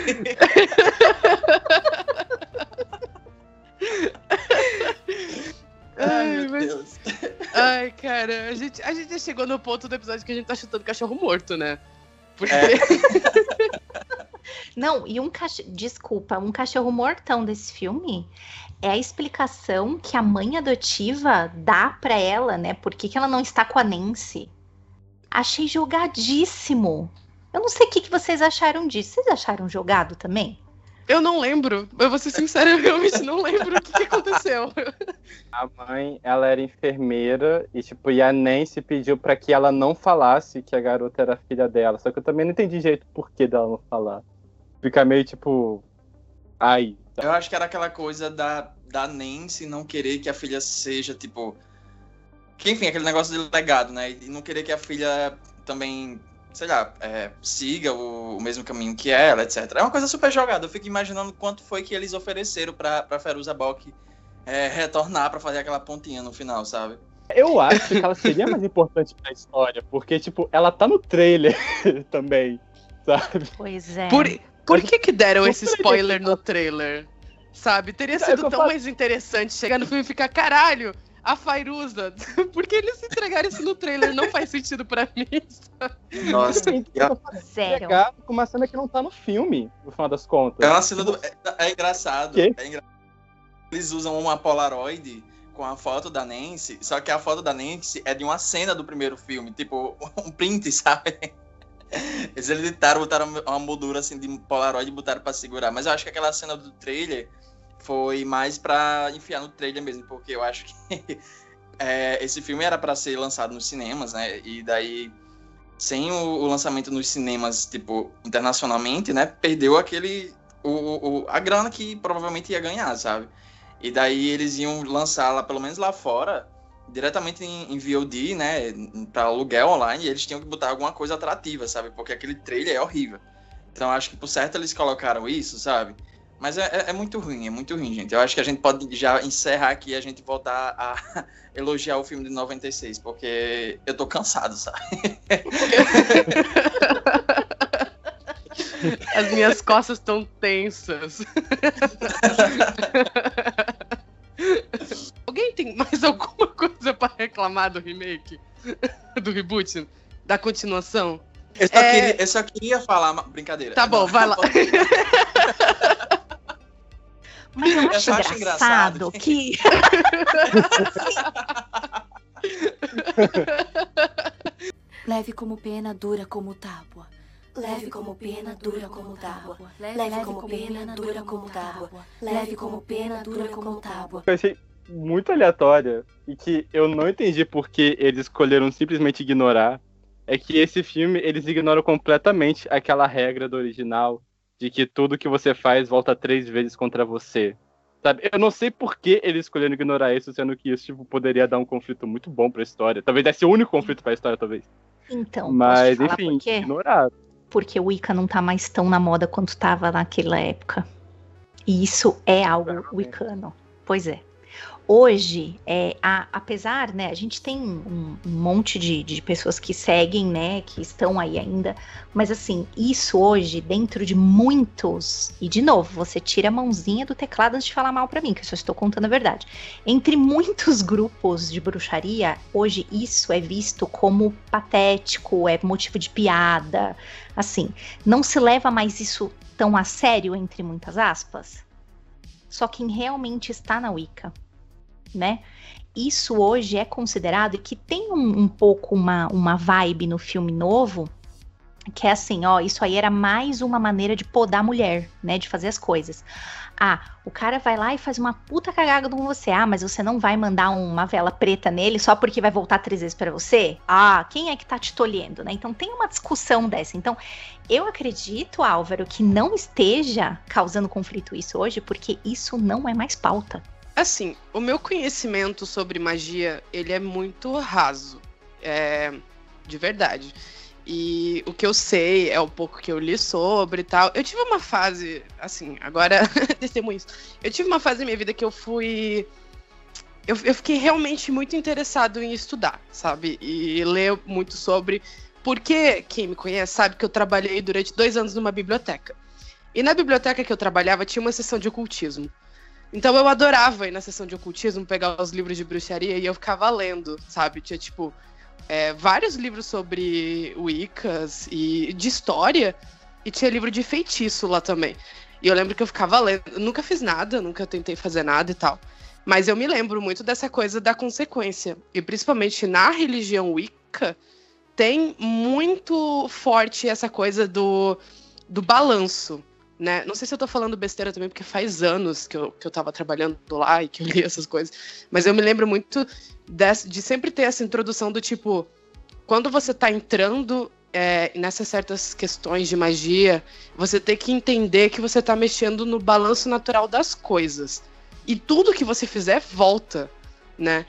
Ai, meu mas- Deus. Ai, cara, a gente, a gente já chegou no ponto do episódio que a gente tá chutando cachorro morto, né? Porque... É. Não, e um cachorro... Desculpa, um cachorro mortão desse filme é a explicação que a mãe adotiva dá pra ela, né? Por que que ela não está com a Nancy. Achei jogadíssimo. Eu não sei o que, que vocês acharam disso. Vocês acharam jogado também? Eu não lembro. Eu vou ser sincera, eu realmente não lembro o que, que aconteceu. A mãe, ela era enfermeira e, tipo, e a Nancy pediu pra que ela não falasse que a garota era filha dela. Só que eu também não entendi direito por que dela não falar. Fica meio, tipo... Ai. Eu acho que era aquela coisa da, da Nancy não querer que a filha seja, tipo... Que, enfim, aquele negócio de legado, né? E não querer que a filha também... sei lá, é, siga o, o mesmo caminho que ela, etcétera. É uma coisa super jogada. Eu fico imaginando quanto foi que eles ofereceram pra, pra Fairuza Balk é, retornar pra fazer aquela pontinha no final, sabe? Eu acho que ela seria mais importante pra história, porque, tipo, ela tá no trailer também, sabe? Pois é. Por, por que que deram Não esse sei. spoiler no trailer? Sabe? Teria É o que sido eu tão falo. mais interessante chegar no filme e ficar, caralho, a Fairuza. Por que eles entregaram isso no trailer? Não faz sentido pra mim. Nossa. Assim, eu tô Zero. pegado com uma cena que não tá no filme, no final das contas. É uma cena do... é, é engraçado. Quê? É engra... Eles usam uma Polaroid com a foto da Nancy, só que a foto da Nancy é de uma cena do primeiro filme, tipo, um print, sabe? Eles editaram, botaram uma moldura assim de Polaroid e botaram pra segurar. Mas eu acho que aquela cena do trailer foi mais pra enfiar no trailer mesmo, porque eu acho que é, esse filme era pra ser lançado nos cinemas, né? E daí, sem o, o lançamento nos cinemas, tipo, internacionalmente, né? Perdeu aquele... O, o, a grana que provavelmente ia ganhar, sabe? E daí eles iam lançar lá, pelo menos lá fora, diretamente em, em V O D, né? Pra aluguel online, e eles tinham que botar alguma coisa atrativa, sabe? Porque aquele trailer é horrível. Então acho que por certo eles colocaram isso, sabe? Mas é, é, é muito ruim, é muito ruim, gente. Eu acho que a gente pode já encerrar aqui e a gente voltar a elogiar o filme de noventa e seis, porque eu tô cansado, sabe? As minhas costas estão tensas. Alguém tem mais alguma coisa pra reclamar do remake? Do reboot? Da continuação? Eu só, É... queria, eu só queria falar... Brincadeira. Tá bom, Não, vai lá. Mas eu Eu acho só acho engraçado engraçado. que... Leve como pena, dura como tábua. Leve como pena, dura como tábua. Leve como pena, dura como tábua. Leve como pena, dura como tábua. Eu achei muito aleatória e que eu não entendi por que eles escolheram simplesmente ignorar. É que esse filme, eles ignoram completamente aquela regra do original de que tudo que você faz volta três vezes contra você. Sabe? Eu não sei por que eles escolheram ignorar isso, sendo que isso tipo, poderia dar um conflito muito bom pra história. Talvez desse o único conflito pra história, talvez. Então, Mas, posso te falar enfim, por quê? ignoraram. Porque o Wicca não tá mais tão na moda quanto tava naquela época. E isso é algo wiccano. Pois é. Hoje, é, a, apesar, né, a gente tem um, um monte de, de pessoas que seguem, né, que estão aí ainda, mas assim, isso hoje, dentro de muitos, e de novo, você tira a mãozinha do teclado antes de falar mal pra mim, que eu só estou contando a verdade. Entre muitos grupos de bruxaria, hoje isso é visto como patético, é motivo de piada, assim, não se leva mais isso tão a sério, entre muitas aspas. Só quem realmente está na Wicca, né? Isso hoje é considerado, e que tem um, um pouco uma, uma vibe no filme novo, que é assim, ó, isso aí era mais uma maneira de podar a mulher, né, de fazer as coisas. Ah, o cara vai lá e faz uma puta cagada com você, ah, mas você não vai mandar uma vela preta nele só porque vai voltar três vezes pra você? Ah, quem é que tá te tolhendo, né? Então tem uma discussão dessa. Então, eu acredito, Álvaro, que não esteja causando conflito isso hoje, porque isso não é mais pauta. Assim, o meu conhecimento sobre magia, ele é muito raso. É, de verdade. E o que eu sei é o pouco que eu li sobre e tal. Eu tive uma fase, assim, agora, testemunho isso. Eu tive uma fase na minha vida que eu fui... Eu, eu fiquei realmente muito interessado em estudar, sabe? E ler muito sobre... Porque quem me conhece sabe que eu trabalhei durante dois anos numa biblioteca. E na biblioteca que eu trabalhava tinha uma seção de ocultismo. Então eu adorava ir na sessão de ocultismo, pegar os livros de bruxaria e eu ficava lendo, sabe? Tinha, tipo, é, vários livros sobre Wiccas e de história, e tinha livro de feitiço lá também. E eu lembro que eu ficava lendo, eu nunca fiz nada, nunca tentei fazer nada e tal. Mas eu me lembro muito dessa coisa da consequência. E principalmente na religião Wicca, tem muito forte essa coisa do, do balanço. Né? Não sei se eu tô falando besteira também, porque faz anos que eu, que eu tava trabalhando lá e que eu li essas coisas. Mas eu me lembro muito de, de sempre ter essa introdução do tipo... Quando você tá entrando é, nessas certas questões de magia, você tem que entender que você tá mexendo no balanço natural das coisas. E tudo que você fizer, volta, né?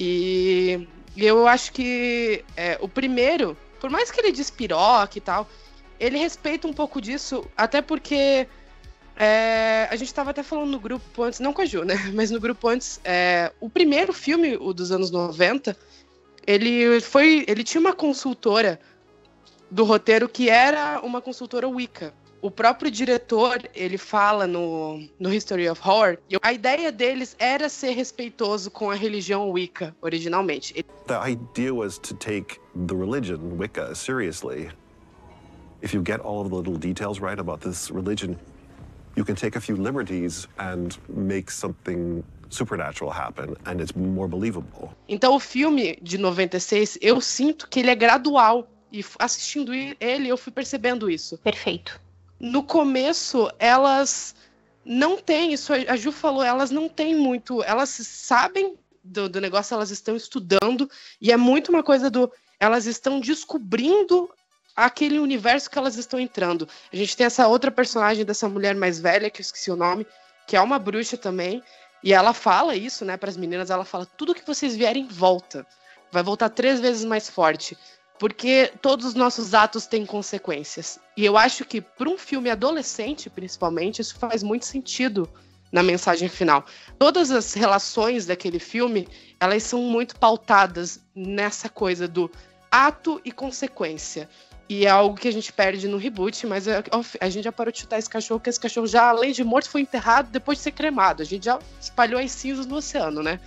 E, e eu acho que é, o primeiro, por mais que ele despiroque e tal... Ele respeita um pouco disso, até porque é, a gente estava até falando no grupo antes, não com a Ju, né? Mas no grupo antes, é, o primeiro filme, o dos anos noventa, ele, foi, ele tinha uma consultora do roteiro que era uma consultora Wicca. O próprio diretor, ele fala no, no History of Horror, a ideia deles era ser respeitoso com a religião Wicca, originalmente. The idea was to take the religion, Wicca, seriously. If you get all of the little details right about this religion, you can take a few liberties and make something supernatural happen, and it's more believable. Então o filme de noventa e seis, eu sinto que ele é gradual, e assistindo ele eu fui percebendo isso. Perfeito. No começo, elas não têm, isso a Ju falou, elas não têm muito, elas sabem do, do negócio, elas estão estudando, e é muito uma coisa do, elas estão descobrindo aquele universo que elas estão entrando. A gente tem essa outra personagem dessa mulher mais velha, que eu esqueci o nome, que é uma bruxa também, e ela fala isso, né, para as meninas, ela fala, tudo que vocês vierem, volta. Vai voltar três vezes mais forte, porque todos os nossos atos têm consequências. E eu acho que, para um filme adolescente, principalmente, isso faz muito sentido na mensagem final. Todas as relações daquele filme, elas são muito pautadas nessa coisa do ato e consequência. E é algo que a gente perde no reboot, mas a, a gente já parou de chutar esse cachorro, porque esse cachorro já, além de morto, foi enterrado depois de ser cremado. A gente já espalhou as cinzas no oceano, né?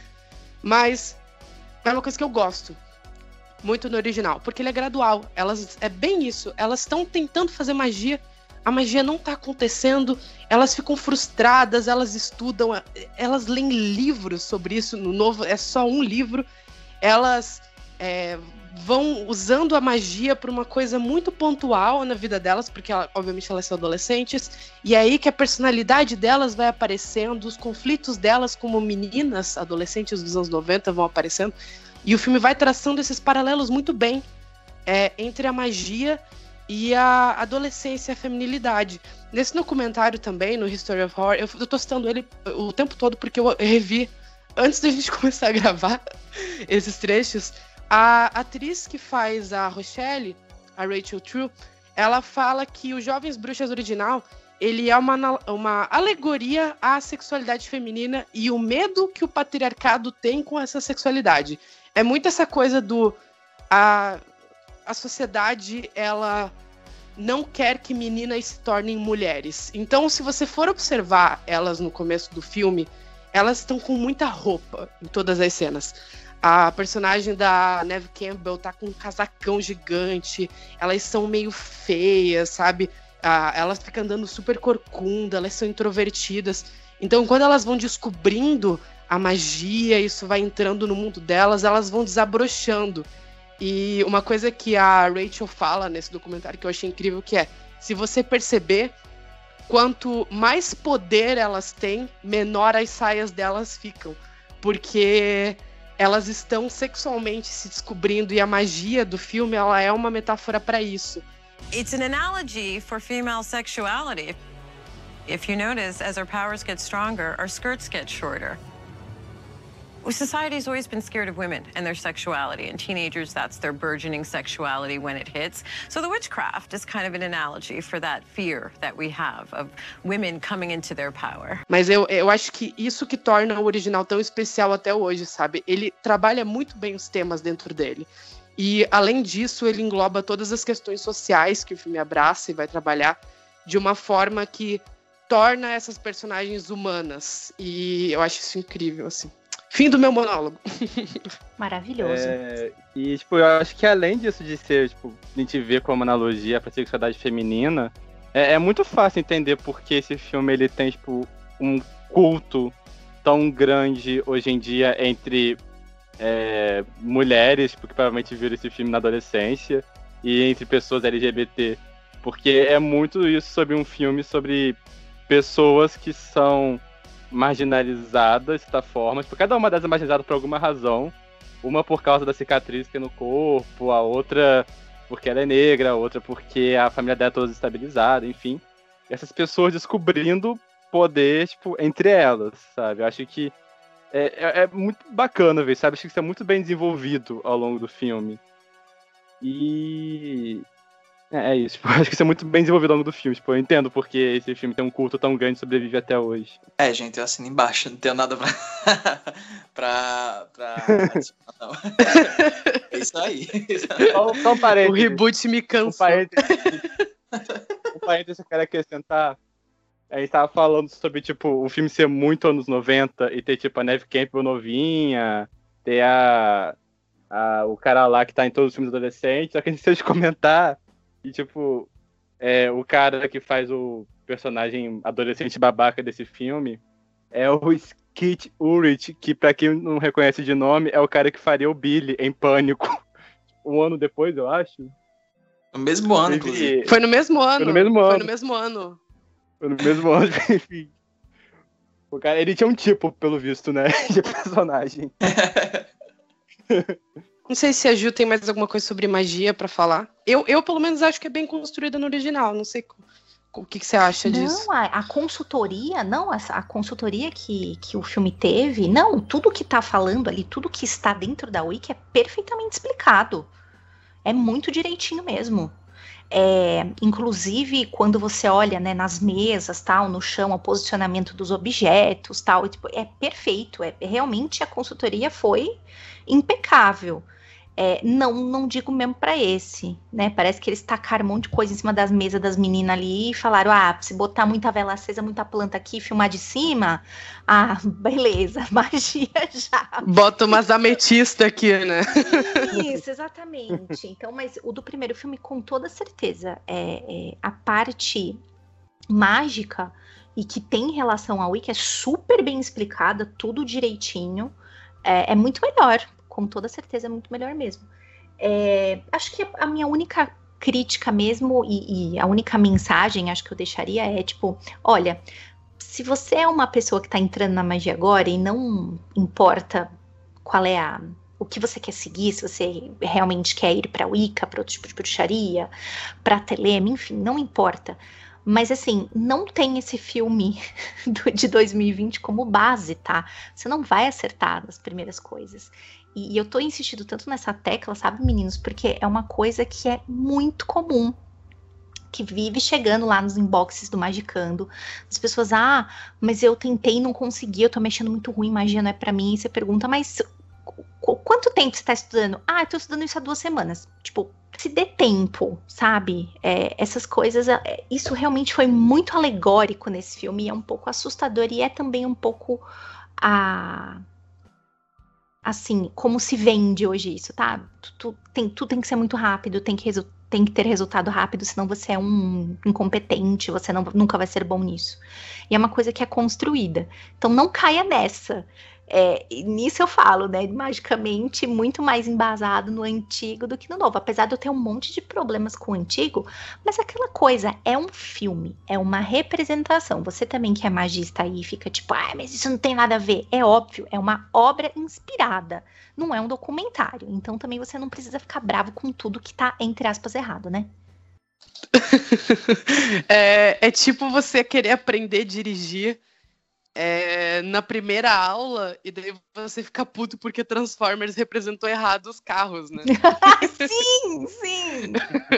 Mas é uma coisa que eu gosto muito no original, porque ele é gradual. Elas, é bem isso. Elas estão tentando fazer magia, a magia não tá acontecendo, elas ficam frustradas, elas estudam, elas leem livros sobre isso. No novo, é só um livro. Elas... É, vão usando a magia para uma coisa muito pontual na vida delas, porque ela, obviamente elas são adolescentes, e é aí que a personalidade delas vai aparecendo, os conflitos delas como meninas, adolescentes dos anos noventa vão aparecendo, e o filme vai traçando esses paralelos muito bem é, entre a magia e a adolescência e a feminilidade. Nesse documentário também, no History of Horror, eu, eu tô citando ele o tempo todo porque eu revi antes da gente começar a gravar esses trechos. A atriz que faz a Rochelle, a Rachel True, ela fala que o Jovens Bruxas original, ele é uma, uma alegoria à sexualidade feminina e o medo que o patriarcado tem com essa sexualidade. É muito essa coisa do... A, a sociedade, ela não quer que meninas se tornem mulheres. Então, se você for observar elas no começo do filme, elas estão com muita roupa em todas as cenas. A personagem da Neve Campbell tá com um casacão gigante, elas são meio feias, sabe? Ah, elas ficam andando super corcunda, elas são introvertidas. Então, quando elas vão descobrindo a magia, isso vai entrando no mundo delas, elas vão desabrochando. E uma coisa que a Rachel fala nesse documentário que eu achei incrível, que é, se você perceber, quanto mais poder elas têm, menor as saias delas ficam. Porque... elas estão sexualmente se descobrindo e a magia do filme, ela é uma metáfora para isso. It's an analogy for female sexuality. If you notice, as our powers get stronger, our skirts get shorter. Society's always been scared of women and their sexuality, and teenagers, that's their burgeoning sexuality when it hits. So the witchcraft is kind of an analogy for that fear that we have of women coming into their power. Mas eu, eu acho que isso que torna o original tão especial até hoje, sabe? Ele trabalha muito bem os temas dentro dele. E, além disso, ele engloba todas as questões sociais que o filme abraça e vai trabalhar de uma forma que torna essas personagens humanas. E eu acho isso incrível, assim. Fim do meu monólogo. Maravilhoso. É, e, tipo, eu acho que além disso de ser, tipo, a gente vê como analogia pra sexualidade feminina, é, é muito fácil entender porque esse filme, ele tem, tipo, um culto tão grande hoje em dia entre é, mulheres, porque provavelmente viram esse filme na adolescência, e entre pessoas L G B T. Porque é muito isso sobre um filme sobre pessoas que são marginalizadas dessa forma. Tipo, cada uma delas é marginalizada por alguma razão. Uma por causa da cicatriz que tem no corpo, a outra porque ela é negra, a outra porque a família dela é toda desestabilizada, enfim. E essas pessoas descobrindo poder, tipo, entre elas, sabe? Eu acho que é, é, é muito bacana ver, sabe? Acho que isso é muito bem desenvolvido ao longo do filme. E... É, é isso, tipo, acho que isso é muito bem desenvolvido ao longo do filme. Tipo, eu entendo porque esse filme tem um culto tão grande e sobrevive até hoje. É, gente, eu assino embaixo, não tenho nada pra... pra... pra... não. É isso aí. Só, só um parênteses. O reboot me cansou. Um parênteses, um parênteses que eu quero acrescentar. A gente tava falando sobre, tipo, o filme ser muito anos noventa e ter, tipo, a Neve Campbell novinha, ter a, a, o cara lá que tá em todos os filmes adolescentes, só que a gente precisa de comentar e, tipo, é, o cara que faz o personagem adolescente babaca desse filme é o Skeet Ulrich, que, pra quem não reconhece de nome, é o cara que faria o Billy em Pânico. Um ano depois, eu acho. No mesmo ano, Teve... inclusive. Foi no mesmo ano. Foi no mesmo ano. Foi no mesmo ano. Foi no mesmo ano, enfim. O cara, ele tinha um tipo, pelo visto, né? De personagem. Não sei se a Ju tem mais alguma coisa sobre magia pra falar. Eu, eu pelo menos, acho que é bem construída no original. Não sei o que, que você acha disso. Não, a, a consultoria, não, essa, a consultoria que, que o filme teve, não, tudo que tá falando ali, tudo que está dentro da Wiki é perfeitamente explicado. É muito direitinho mesmo. É, inclusive, quando você olha, né, nas mesas, tal, no chão, o posicionamento dos objetos, tal, e, tipo, é perfeito. É, realmente a consultoria foi impecável. É, não, não digo mesmo pra esse, né? Parece que eles tacaram um monte de coisa em cima das mesas das meninas ali e falaram: ah, se botar muita vela acesa, muita planta aqui, filmar de cima, ah, beleza, magia já. Bota umas ametistas aqui, né? Isso, exatamente. Então, mas o do primeiro filme, com toda certeza, é, é a parte mágica e que tem relação ao Wicca é super bem explicada, tudo direitinho, é, é muito melhor. Com toda certeza é muito melhor mesmo. É, acho que a minha única crítica mesmo e, e a única mensagem, acho que eu deixaria é tipo, olha, se você é uma pessoa que tá entrando na magia agora e não importa qual é a, o que você quer seguir, se você realmente quer ir pra Wicca, pra outro tipo de bruxaria, pra Telema, enfim, não importa. Mas assim, não tem esse filme de dois mil e vinte como base, tá? Você não vai acertar nas primeiras coisas. E, e eu tô insistindo tanto nessa tecla, sabe, meninos? Porque é uma coisa que é muito comum, que vive chegando lá nos inboxes do Magicando. As pessoas, ah, mas eu tentei e não consegui, eu tô mexendo muito ruim, magia não é pra mim. E você pergunta, mas quanto tempo você tá estudando? Ah, eu tô estudando isso há duas semanas. Tipo, se dê tempo, sabe? É, essas coisas, é, isso realmente foi muito alegórico nesse filme, e é um pouco assustador, e é também um pouco a... assim, como se vende hoje isso, tá? Tu, tu, tem, tudo tem que ser muito rápido, tem que, resu- tem que ter resultado rápido, senão você é um incompetente, você não, nunca vai ser bom nisso. E é uma coisa que é construída. Então não caia nessa. É, nisso eu falo, né, magicamente muito mais embasado no antigo do que no novo, apesar de eu ter um monte de problemas com o antigo, mas aquela coisa, é um filme, é uma representação. Você também que é magista aí fica tipo, ah, mas isso não tem nada a ver. É óbvio, é uma obra inspirada, não é um documentário, então também você não precisa ficar bravo com tudo que tá, entre aspas, errado, né? é, é tipo você querer aprender a dirigir É, na primeira aula, e daí você fica puto porque Transformers representou errado os carros, né? Sim, sim!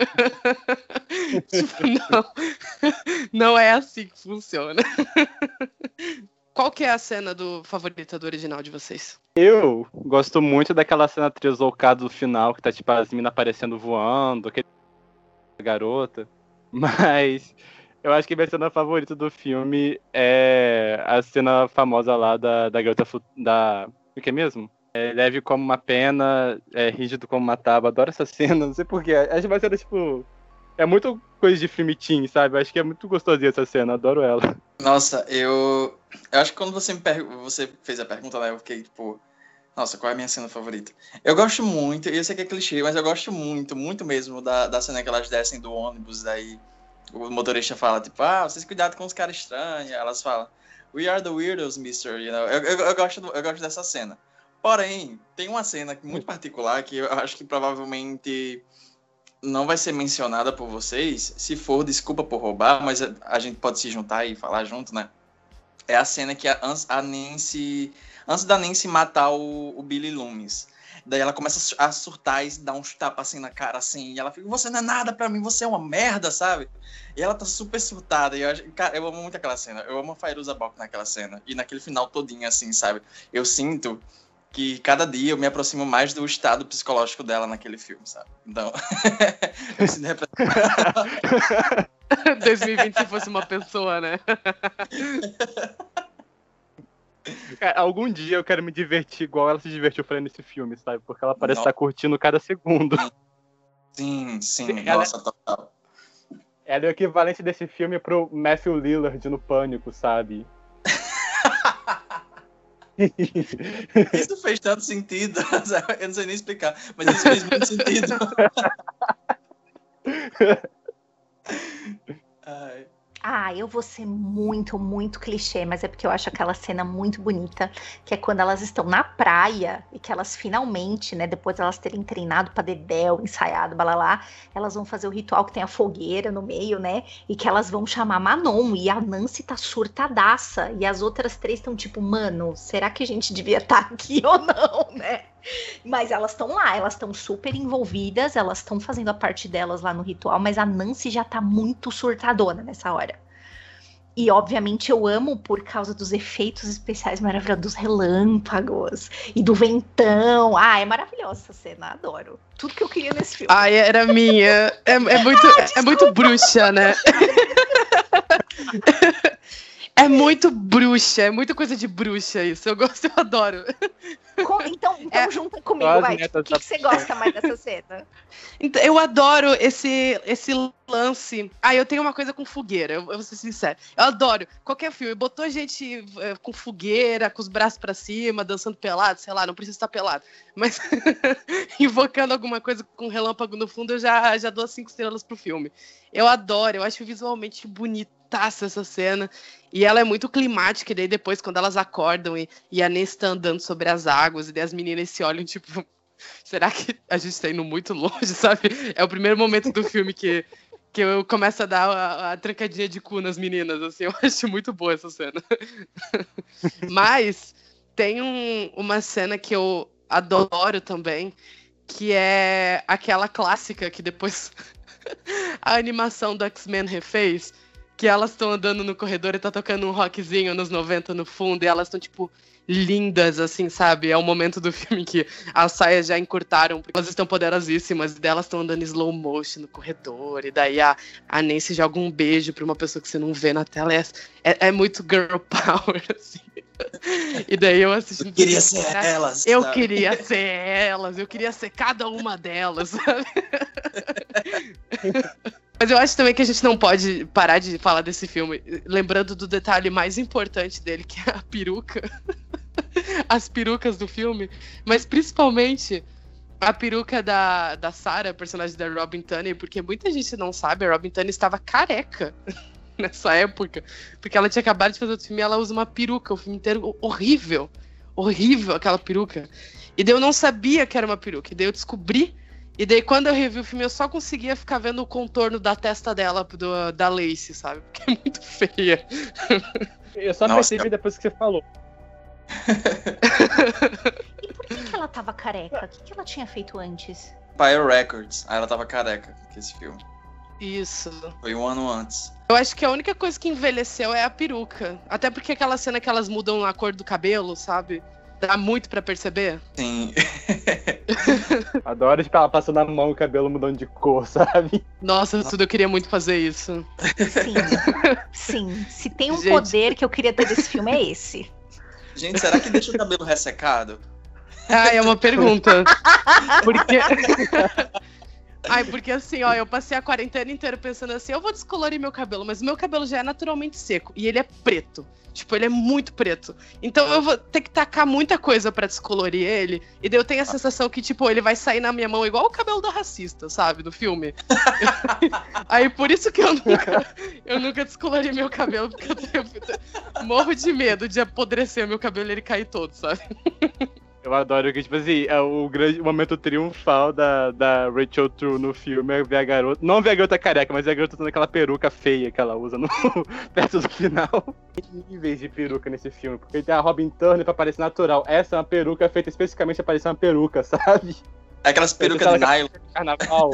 Tipo, não, não é assim que funciona. Qual que é a cena do favorita do original de vocês? Eu gosto muito daquela cena trisoucada do final, que tá tipo as minas aparecendo voando, aquele garota, mas... Eu acho que minha cena favorita do filme é a cena famosa lá da, da garota fu- da. O que é mesmo? É, leve como uma pena, é, rígido como uma tábua. Adoro essa cena, não sei porquê. Acho que vai ser tipo. É muito coisa de filme teen, sabe? Acho que é muito gostosinha essa cena, adoro ela. Nossa, eu. Eu acho que quando você me per... você fez a pergunta, né? Eu fiquei tipo. Nossa, qual é a minha cena favorita? Eu gosto muito, e eu sei que é clichê, mas eu gosto muito, muito mesmo da, da cena que elas descem do ônibus, daí o motorista fala, tipo, ah, vocês cuidado com os caras estranhos. Elas falam, we are the weirdos, mister, you know? Eu, eu, eu, gosto, eu gosto dessa cena. Porém, tem uma cena muito particular que eu acho que provavelmente não vai ser mencionada por vocês. Se for, desculpa por roubar, mas a, a gente pode se juntar e falar junto, né? É a cena que a, a Nancy... Antes da Nancy matar o, o Billy Loomis. Daí ela começa a surtar e dá uns tapas assim na cara, assim. E ela fica, você não é nada pra mim, você é uma merda, sabe? E ela tá super surtada. E eu, cara, eu amo muito aquela cena. Eu amo a Fairuza Balk naquela cena. E naquele final todinho, assim, sabe? Eu sinto que cada dia eu me aproximo mais do estado psicológico dela naquele filme, sabe? Então, eu sinto representado. dois mil e vinte se fosse uma pessoa, né? Cara, algum dia eu quero me divertir igual ela se divertiu fazendo esse filme, sabe? Porque ela parece Nossa. estar curtindo cada segundo. Sim, sim, Ela- nossa, total. Ela é o equivalente desse filme pro Matthew Lillard no Pânico, sabe? Isso fez tanto sentido, eu não sei nem explicar, mas isso fez muito sentido. Ai. Ah, eu vou ser muito, muito clichê, mas é porque eu acho aquela cena muito bonita, que é quando elas estão na praia e que elas finalmente, né, depois de elas terem treinado pra dedéu, ensaiado, balalá, elas vão fazer o ritual que tem a fogueira no meio, né, e que elas vão chamar Manon, e a Nancy tá surtadaça, e as outras três estão tipo, mano, será que a gente devia estar aqui ou não, né? Mas elas estão lá, elas estão super envolvidas, elas estão fazendo a parte delas lá no ritual, mas a Nancy já tá muito surtadona nessa hora. E obviamente eu amo por causa dos efeitos especiais maravilhosos, dos relâmpagos e do ventão. Ah, é maravilhosa essa cena, adoro. Tudo que eu queria nesse filme. Ai, era minha. É, é muito, é muito bruxa, né? É muito bruxa, é muita coisa de bruxa isso. Eu gosto, eu adoro. Com- então, então É. junta comigo, Quase vai. neta O que, que você gosta mais dessa cena? Então, eu adoro esse, esse lance. Ah, eu tenho uma coisa com fogueira, eu, eu vou ser sincero. Eu adoro qualquer filme. Botou gente é, com fogueira, com os braços pra cima, dançando pelado, sei lá, não precisa estar pelado. Mas invocando alguma coisa com relâmpago no fundo, eu já, já dou cinco estrelas pro filme. Eu adoro, eu acho visualmente bonitaça essa cena. E ela é muito climática, e daí depois, quando elas acordam e, e a Nancy tá andando sobre as águas, e daí as meninas se olham, tipo, será que a gente tá indo muito longe, sabe? É o primeiro momento do filme que, que eu começo a dar a, a trancadinha de cu nas meninas, assim, eu acho muito boa essa cena. Mas tem um, uma cena que eu adoro também, que é aquela clássica que depois a animação do X-Men refez, que elas estão andando no corredor e tá tocando um rockzinho nos noventa no fundo, e elas estão, tipo, lindas, assim, sabe? É o momento do filme que as saias já encurtaram, porque elas estão poderosíssimas, e delas estão andando em slow motion no corredor, e daí a, a Nancy joga um beijo pra uma pessoa que você não vê na tela, é, é, é muito girl power, assim. E daí eu assisti... Eu queria ser elas. Eu sabe? queria ser elas, eu queria ser cada uma delas, sabe? Mas eu acho também que a gente não pode parar de falar desse filme, lembrando do detalhe mais importante dele, que é a peruca. As perucas do filme, mas principalmente a peruca da, da Sarah, personagem da Robin Tunney, porque muita gente não sabe, a Robin Tunney estava careca nessa época, porque ela tinha acabado de fazer outro filme e ela usa uma peruca o filme inteiro, horrível, horrível aquela peruca. E daí eu não sabia que era uma peruca, e daí eu descobri. E daí, quando eu revi o filme, eu só conseguia ficar vendo o contorno da testa dela, do, da Lacey, sabe? Porque é muito feia. Eu só Nossa, percebi depois que você falou. E por que, que ela tava careca? O que, que ela tinha feito antes? Empire Records. Aí ela tava careca com esse filme. Isso. Foi um ano antes. Eu acho que a única coisa que envelheceu é a peruca. Até porque aquela cena que elas mudam a cor do cabelo, sabe? Dá muito pra perceber? Sim. Adoro, tipo, ela passando a mão e o cabelo mudando de cor, sabe? Nossa, tudo eu queria muito fazer isso. Sim, sim. Se tem um Gente. poder que eu queria ter desse filme, é esse. Gente, será que deixa o cabelo ressecado? Ah, é uma pergunta. Porque... Ai, porque assim, ó, eu passei a quarentena inteira pensando assim, eu vou descolorir meu cabelo, mas o meu cabelo já é naturalmente seco, e ele é preto. Tipo, ele é muito preto. Então eu vou ter que tacar muita coisa pra descolorir ele, e daí eu tenho a sensação que, tipo, ele vai sair na minha mão igual o cabelo da racista, sabe, do filme. Aí por isso que eu nunca, eu nunca descolori meu cabelo, porque eu tenho, eu morro de medo de apodrecer meu cabelo e ele cair todo, sabe? Eu adoro que, tipo assim, é o grande momento triunfal da, da Rachel True no filme é ver a garota. Não ver a garota careca, mas ver a garota usando aquela peruca feia que ela usa no, perto do final. Tem níveis de peruca nesse filme, porque tem a Robin Turner pra parecer natural. Essa é uma peruca feita especificamente pra parecer uma peruca, sabe? Aquelas perucas de nylon. Carnaval.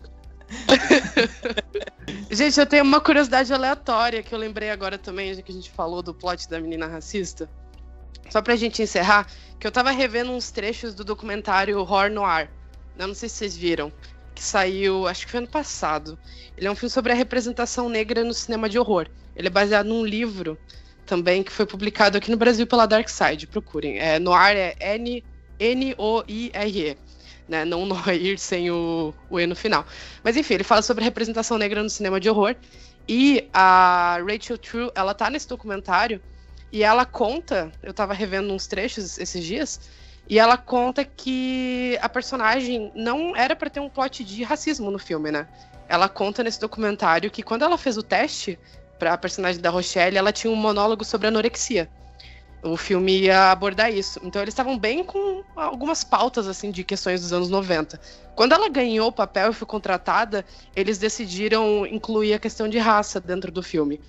Gente, eu tenho uma curiosidade aleatória que eu lembrei agora também, já que a gente falou do plot da menina racista. Só pra gente encerrar, que eu tava revendo uns trechos do documentário Horror Noir. Eu não sei se vocês viram. Que saiu, acho que foi ano passado. Ele é um filme sobre a representação negra no cinema de horror. Ele é baseado num livro também que foi publicado aqui no Brasil pela Dark Side. Procurem. É, Noir é N O I R E. Né? Não Noir sem o, o E no final. Mas enfim, ele fala sobre a representação negra no cinema de horror. E a Rachel True, ela tá nesse documentário. E ela conta, eu tava revendo uns trechos esses dias, e ela conta que a personagem não era pra ter um plot de racismo no filme, né? Ela conta nesse documentário que quando ela fez o teste pra personagem da Rochelle, ela tinha um monólogo sobre anorexia. O filme ia abordar isso. Então eles estavam bem com algumas pautas, assim, de questões dos anos noventa. Quando ela ganhou o papel e foi contratada, eles decidiram incluir a questão de raça dentro do filme.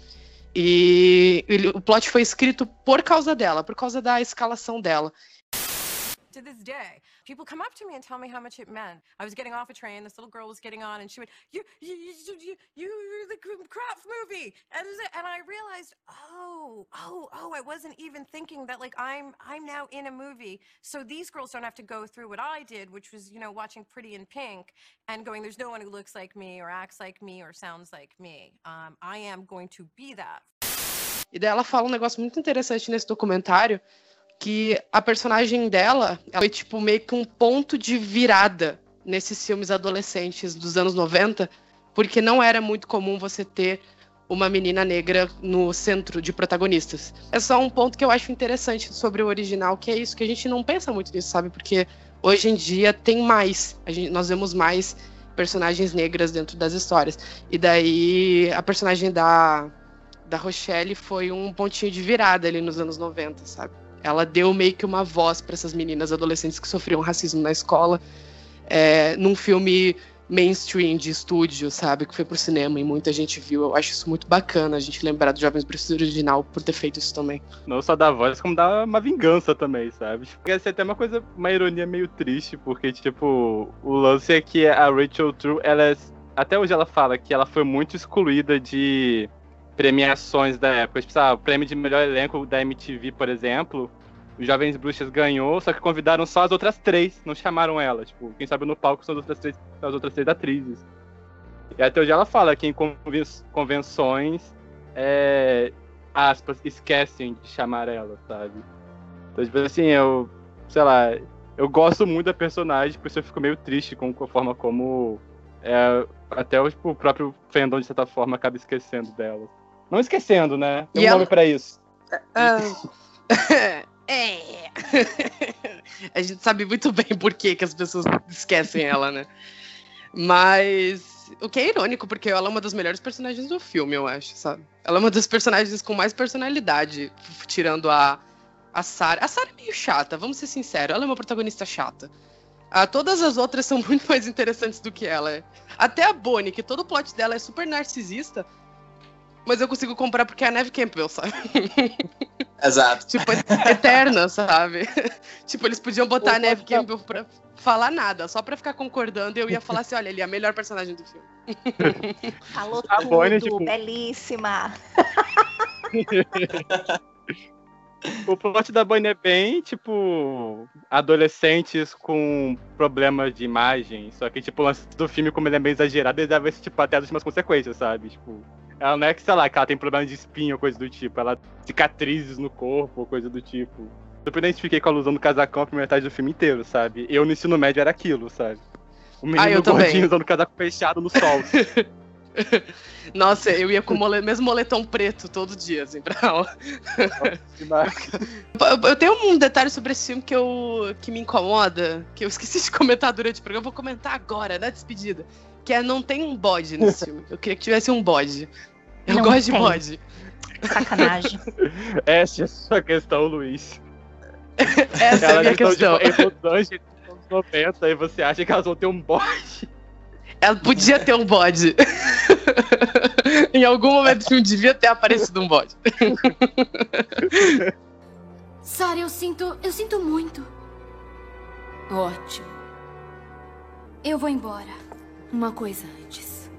E ele, o plot foi escrito por causa dela, por causa da escalação dela. To this day, people come up to me and tell me how much it meant. I was getting off a train, this little girl was getting on, and she went, "You, you, you, you, you you're the Kraft movie," and and I realized, oh, oh, oh, I wasn't even thinking that like I'm I'm now in a movie, so these girls don't have to go through what I did, which was you know watching Pretty in Pink and going, "There's no one who looks like me or acts like me or sounds like me." Um, I am going to be that. E daí ela fala um negócio muito interessante nesse documentário, que a personagem dela ela foi tipo meio que um ponto de virada nesses filmes adolescentes dos anos noventa, porque não era muito comum você ter uma menina negra no centro de protagonistas. É só um ponto que eu acho interessante sobre o original, que é isso, que a gente não pensa muito nisso, sabe? Porque hoje em dia tem mais, a gente, nós vemos mais personagens negras dentro das histórias. E daí a personagem da, da Rochelle foi um pontinho de virada ali nos anos noventa, sabe? Ela deu meio que uma voz para essas meninas adolescentes que sofriam racismo na escola, é, num filme mainstream de estúdio, sabe? Que foi pro cinema e muita gente viu. Eu acho isso muito bacana, a gente lembrar do Jovens Bruxas original por ter feito isso também. Não só dá voz, como dá uma vingança também, sabe? Porque essa é até uma coisa, uma ironia meio triste, porque, tipo, o lance é que a Rachel True, ela é, até hoje ela fala que ela foi muito excluída de premiações da época. Tipo, sabe, o prêmio de melhor elenco da M T V, por exemplo, os Jovens Bruxas ganhou, só que convidaram só as outras três, não chamaram ela. Tipo, quem sabe no palco são as outras três, as outras três atrizes. E até hoje ela fala que em convenções, é, aspas, esquecem de chamar ela, sabe? Então, tipo assim, eu, sei lá, eu gosto muito da personagem, por isso eu fico meio triste com a forma como é, até o, tipo, o próprio fandom, de certa forma, acaba esquecendo dela. Não esquecendo, né? Tem um ela... nome pra isso. Uh... é. A gente sabe muito bem por que, que as pessoas esquecem ela, né? Mas o que é irônico, porque ela é uma das melhores personagens do filme, eu acho, sabe? Ela é uma das personagens com mais personalidade, tirando a, a Sarah. A Sarah é meio chata, vamos ser sinceros. Ela é uma protagonista chata. Ah, todas as outras são muito mais interessantes do que ela. Até a Bonnie, que todo o plot dela é super narcisista, mas eu consigo comprar porque é a Neve Campbell, sabe? Exato. Tipo, eterna, sabe? Tipo, eles podiam botar a Neve Campbell pra falar nada, só pra ficar concordando, e eu ia falar assim, olha, ele é a melhor personagem do filme. Falou A tudo, Bonnie, tipo... belíssima. O plot da Bunny é bem, tipo, adolescentes com problemas de imagem. Só que, tipo, o lance do filme, como ele é meio exagerado, ele dá esse, tipo, até as últimas consequências, sabe? Tipo, ela não é que, sei lá, que ela tem problema de espinho ou coisa do tipo. Ela tem cicatrizes no corpo ou coisa do tipo. Eu me identifiquei com a alusão do casacão a primeira metade do filme inteiro, sabe? Eu no ensino médio era aquilo, sabe? O menino Ah, eu gordinho também. usando casaco fechado no sol. Nossa, eu ia com o mole... mesmo moletom preto todo dia, assim, pra aula. Eu- Eu tenho um detalhe sobre esse filme que, eu... que me incomoda, que eu esqueci de comentar durante o programa, eu vou comentar agora, na despedida. Que é não tem um bode nesse filme. Eu queria que tivesse um bode. Eu Não gosto de tem. bode. Sacanagem. Essa é a sua questão, Luiz. Essa é a minha questão. questão. De, em Los Angeles, nos anos noventa, e você acha que elas vão ter um bode? Ela podia ter um bode. Em algum momento do filme devia ter aparecido um bode. Sarah, eu sinto. Eu sinto muito. Ótimo. Eu vou embora. Uma coisa antes.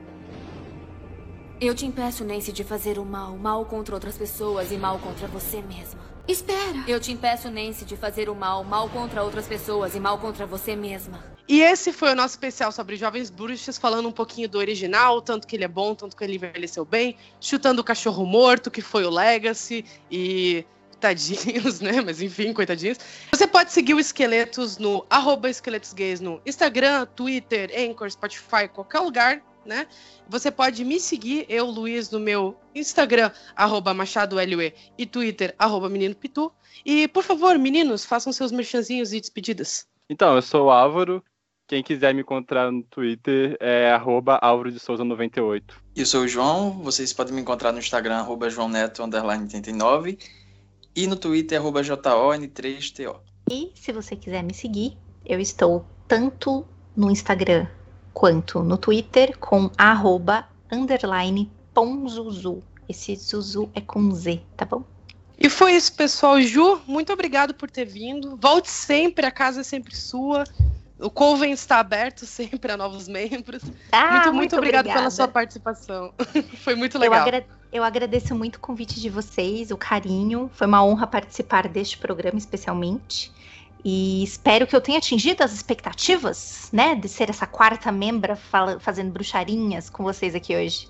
Eu te impeço, Nancy, de fazer o mal. Mal contra outras pessoas e mal contra você mesma. Espera. Eu te impeço, Nancy, de fazer o mal. Mal contra outras pessoas e mal contra você mesma. E esse foi o nosso especial sobre Jovens Bruxas, falando um pouquinho do original, tanto que ele é bom, tanto que ele envelheceu bem, chutando o cachorro morto, que foi o Legacy, e tadinhos, né? Mas enfim, coitadinhos. Você pode seguir o Esqueletos no arroba Esqueletos Gays no Instagram, Twitter, Anchor, Spotify, qualquer lugar, né? Você pode me seguir, eu, Luiz, no meu Instagram, arroba Machado L U E, e Twitter, arroba Menino Pitu. E, por favor, meninos, façam seus merchanzinhos e despedidas. Então, eu sou o Álvaro. Quem quiser me encontrar no Twitter é arroba Álvaro de Souza noventa e oito. Eu sou o João, vocês podem me encontrar no Instagram, arroba João Neto, underline oitenta e nove, e no Twitter, arroba J O N três T O. E se você quiser me seguir, eu estou tanto no Instagram quanto no Twitter com arroba underline ponzuzu. Esse Zuzu é com Z, tá bom? E foi isso, pessoal. Ju, muito obrigado por ter vindo. Volte sempre, a casa é sempre sua. O Coven está aberto sempre a novos membros. Ah, muito, muito, muito obrigado obrigada. pela sua participação. Foi muito Eu, legal. agra- eu agradeço muito o convite de vocês, o carinho. Foi uma honra participar deste programa, especialmente. E espero que eu tenha atingido as expectativas, né? De ser essa quarta membra fala- fazendo bruxarinhas com vocês aqui hoje.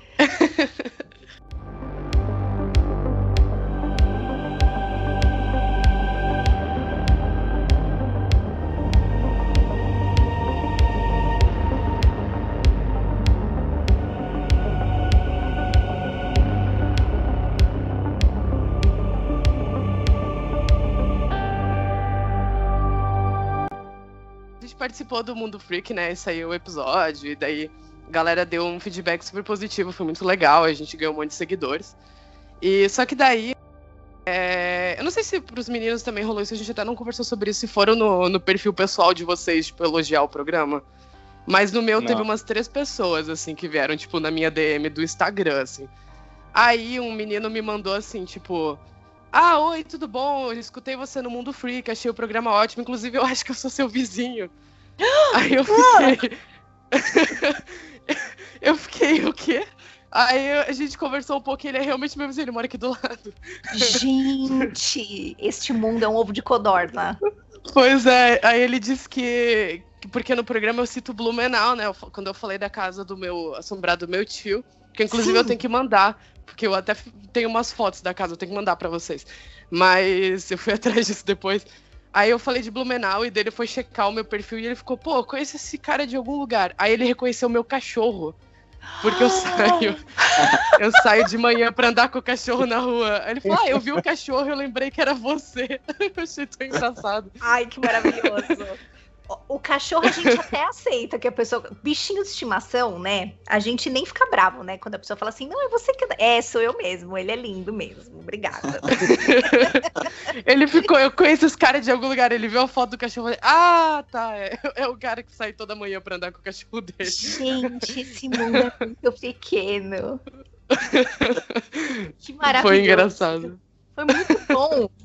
A gente participou do Mundo Freak, né? Saiu o episódio, e daí a galera deu um feedback super positivo, foi muito legal, a gente ganhou um monte de seguidores. E só que daí. é, Eu não sei se pros meninos também rolou isso, a gente até não conversou sobre isso, se foram no, no perfil pessoal de vocês, tipo, elogiar o programa. Mas no meu Não. teve umas três pessoas, assim, que vieram, tipo, na minha D M do Instagram, assim. Aí um menino me mandou assim, tipo. Ah, oi, tudo bom? Eu escutei você no Mundo Freak, achei o programa ótimo. Inclusive, eu acho que eu sou seu vizinho. Aí eu fiquei. eu fiquei, o quê? Aí a gente conversou um pouco, ele é realmente meu vizinho, ele mora aqui do lado. Gente, este mundo é um ovo de codorna. Pois é, aí ele disse que. que Porque no programa eu cito Blumenau, né? eu fa- Quando eu falei da casa do meu assombrado do meu tio. Que inclusive Sim. eu tenho que mandar. Porque eu até f- tenho umas fotos da casa, eu tenho que mandar pra vocês. Mas eu fui atrás disso depois. Aí eu falei de Blumenau e dele foi checar o meu perfil e ele ficou, pô, eu conheço esse cara de algum lugar. Aí ele reconheceu o meu cachorro. Porque eu saio. Eu saio de manhã pra andar com o cachorro na rua. Aí ele falou, ah, eu vi o cachorro, eu lembrei que era você. Eu achei tão engraçado. Ai, que maravilhoso. O, o cachorro a gente até aceita que a pessoa. Bichinho de estimação, né? A gente nem fica bravo, né? Quando a pessoa fala assim, não, é você que. É, sou eu mesmo. Ele é lindo mesmo. Obrigada. Ele ficou, eu conheço esse cara de algum lugar. Ele viu a foto do cachorro e falei, ah, tá. É, é o cara que sai toda manhã pra andar com o cachorro dele. Gente, esse mundo é muito pequeno. Que maravilhoso. Foi engraçado. Foi muito bom.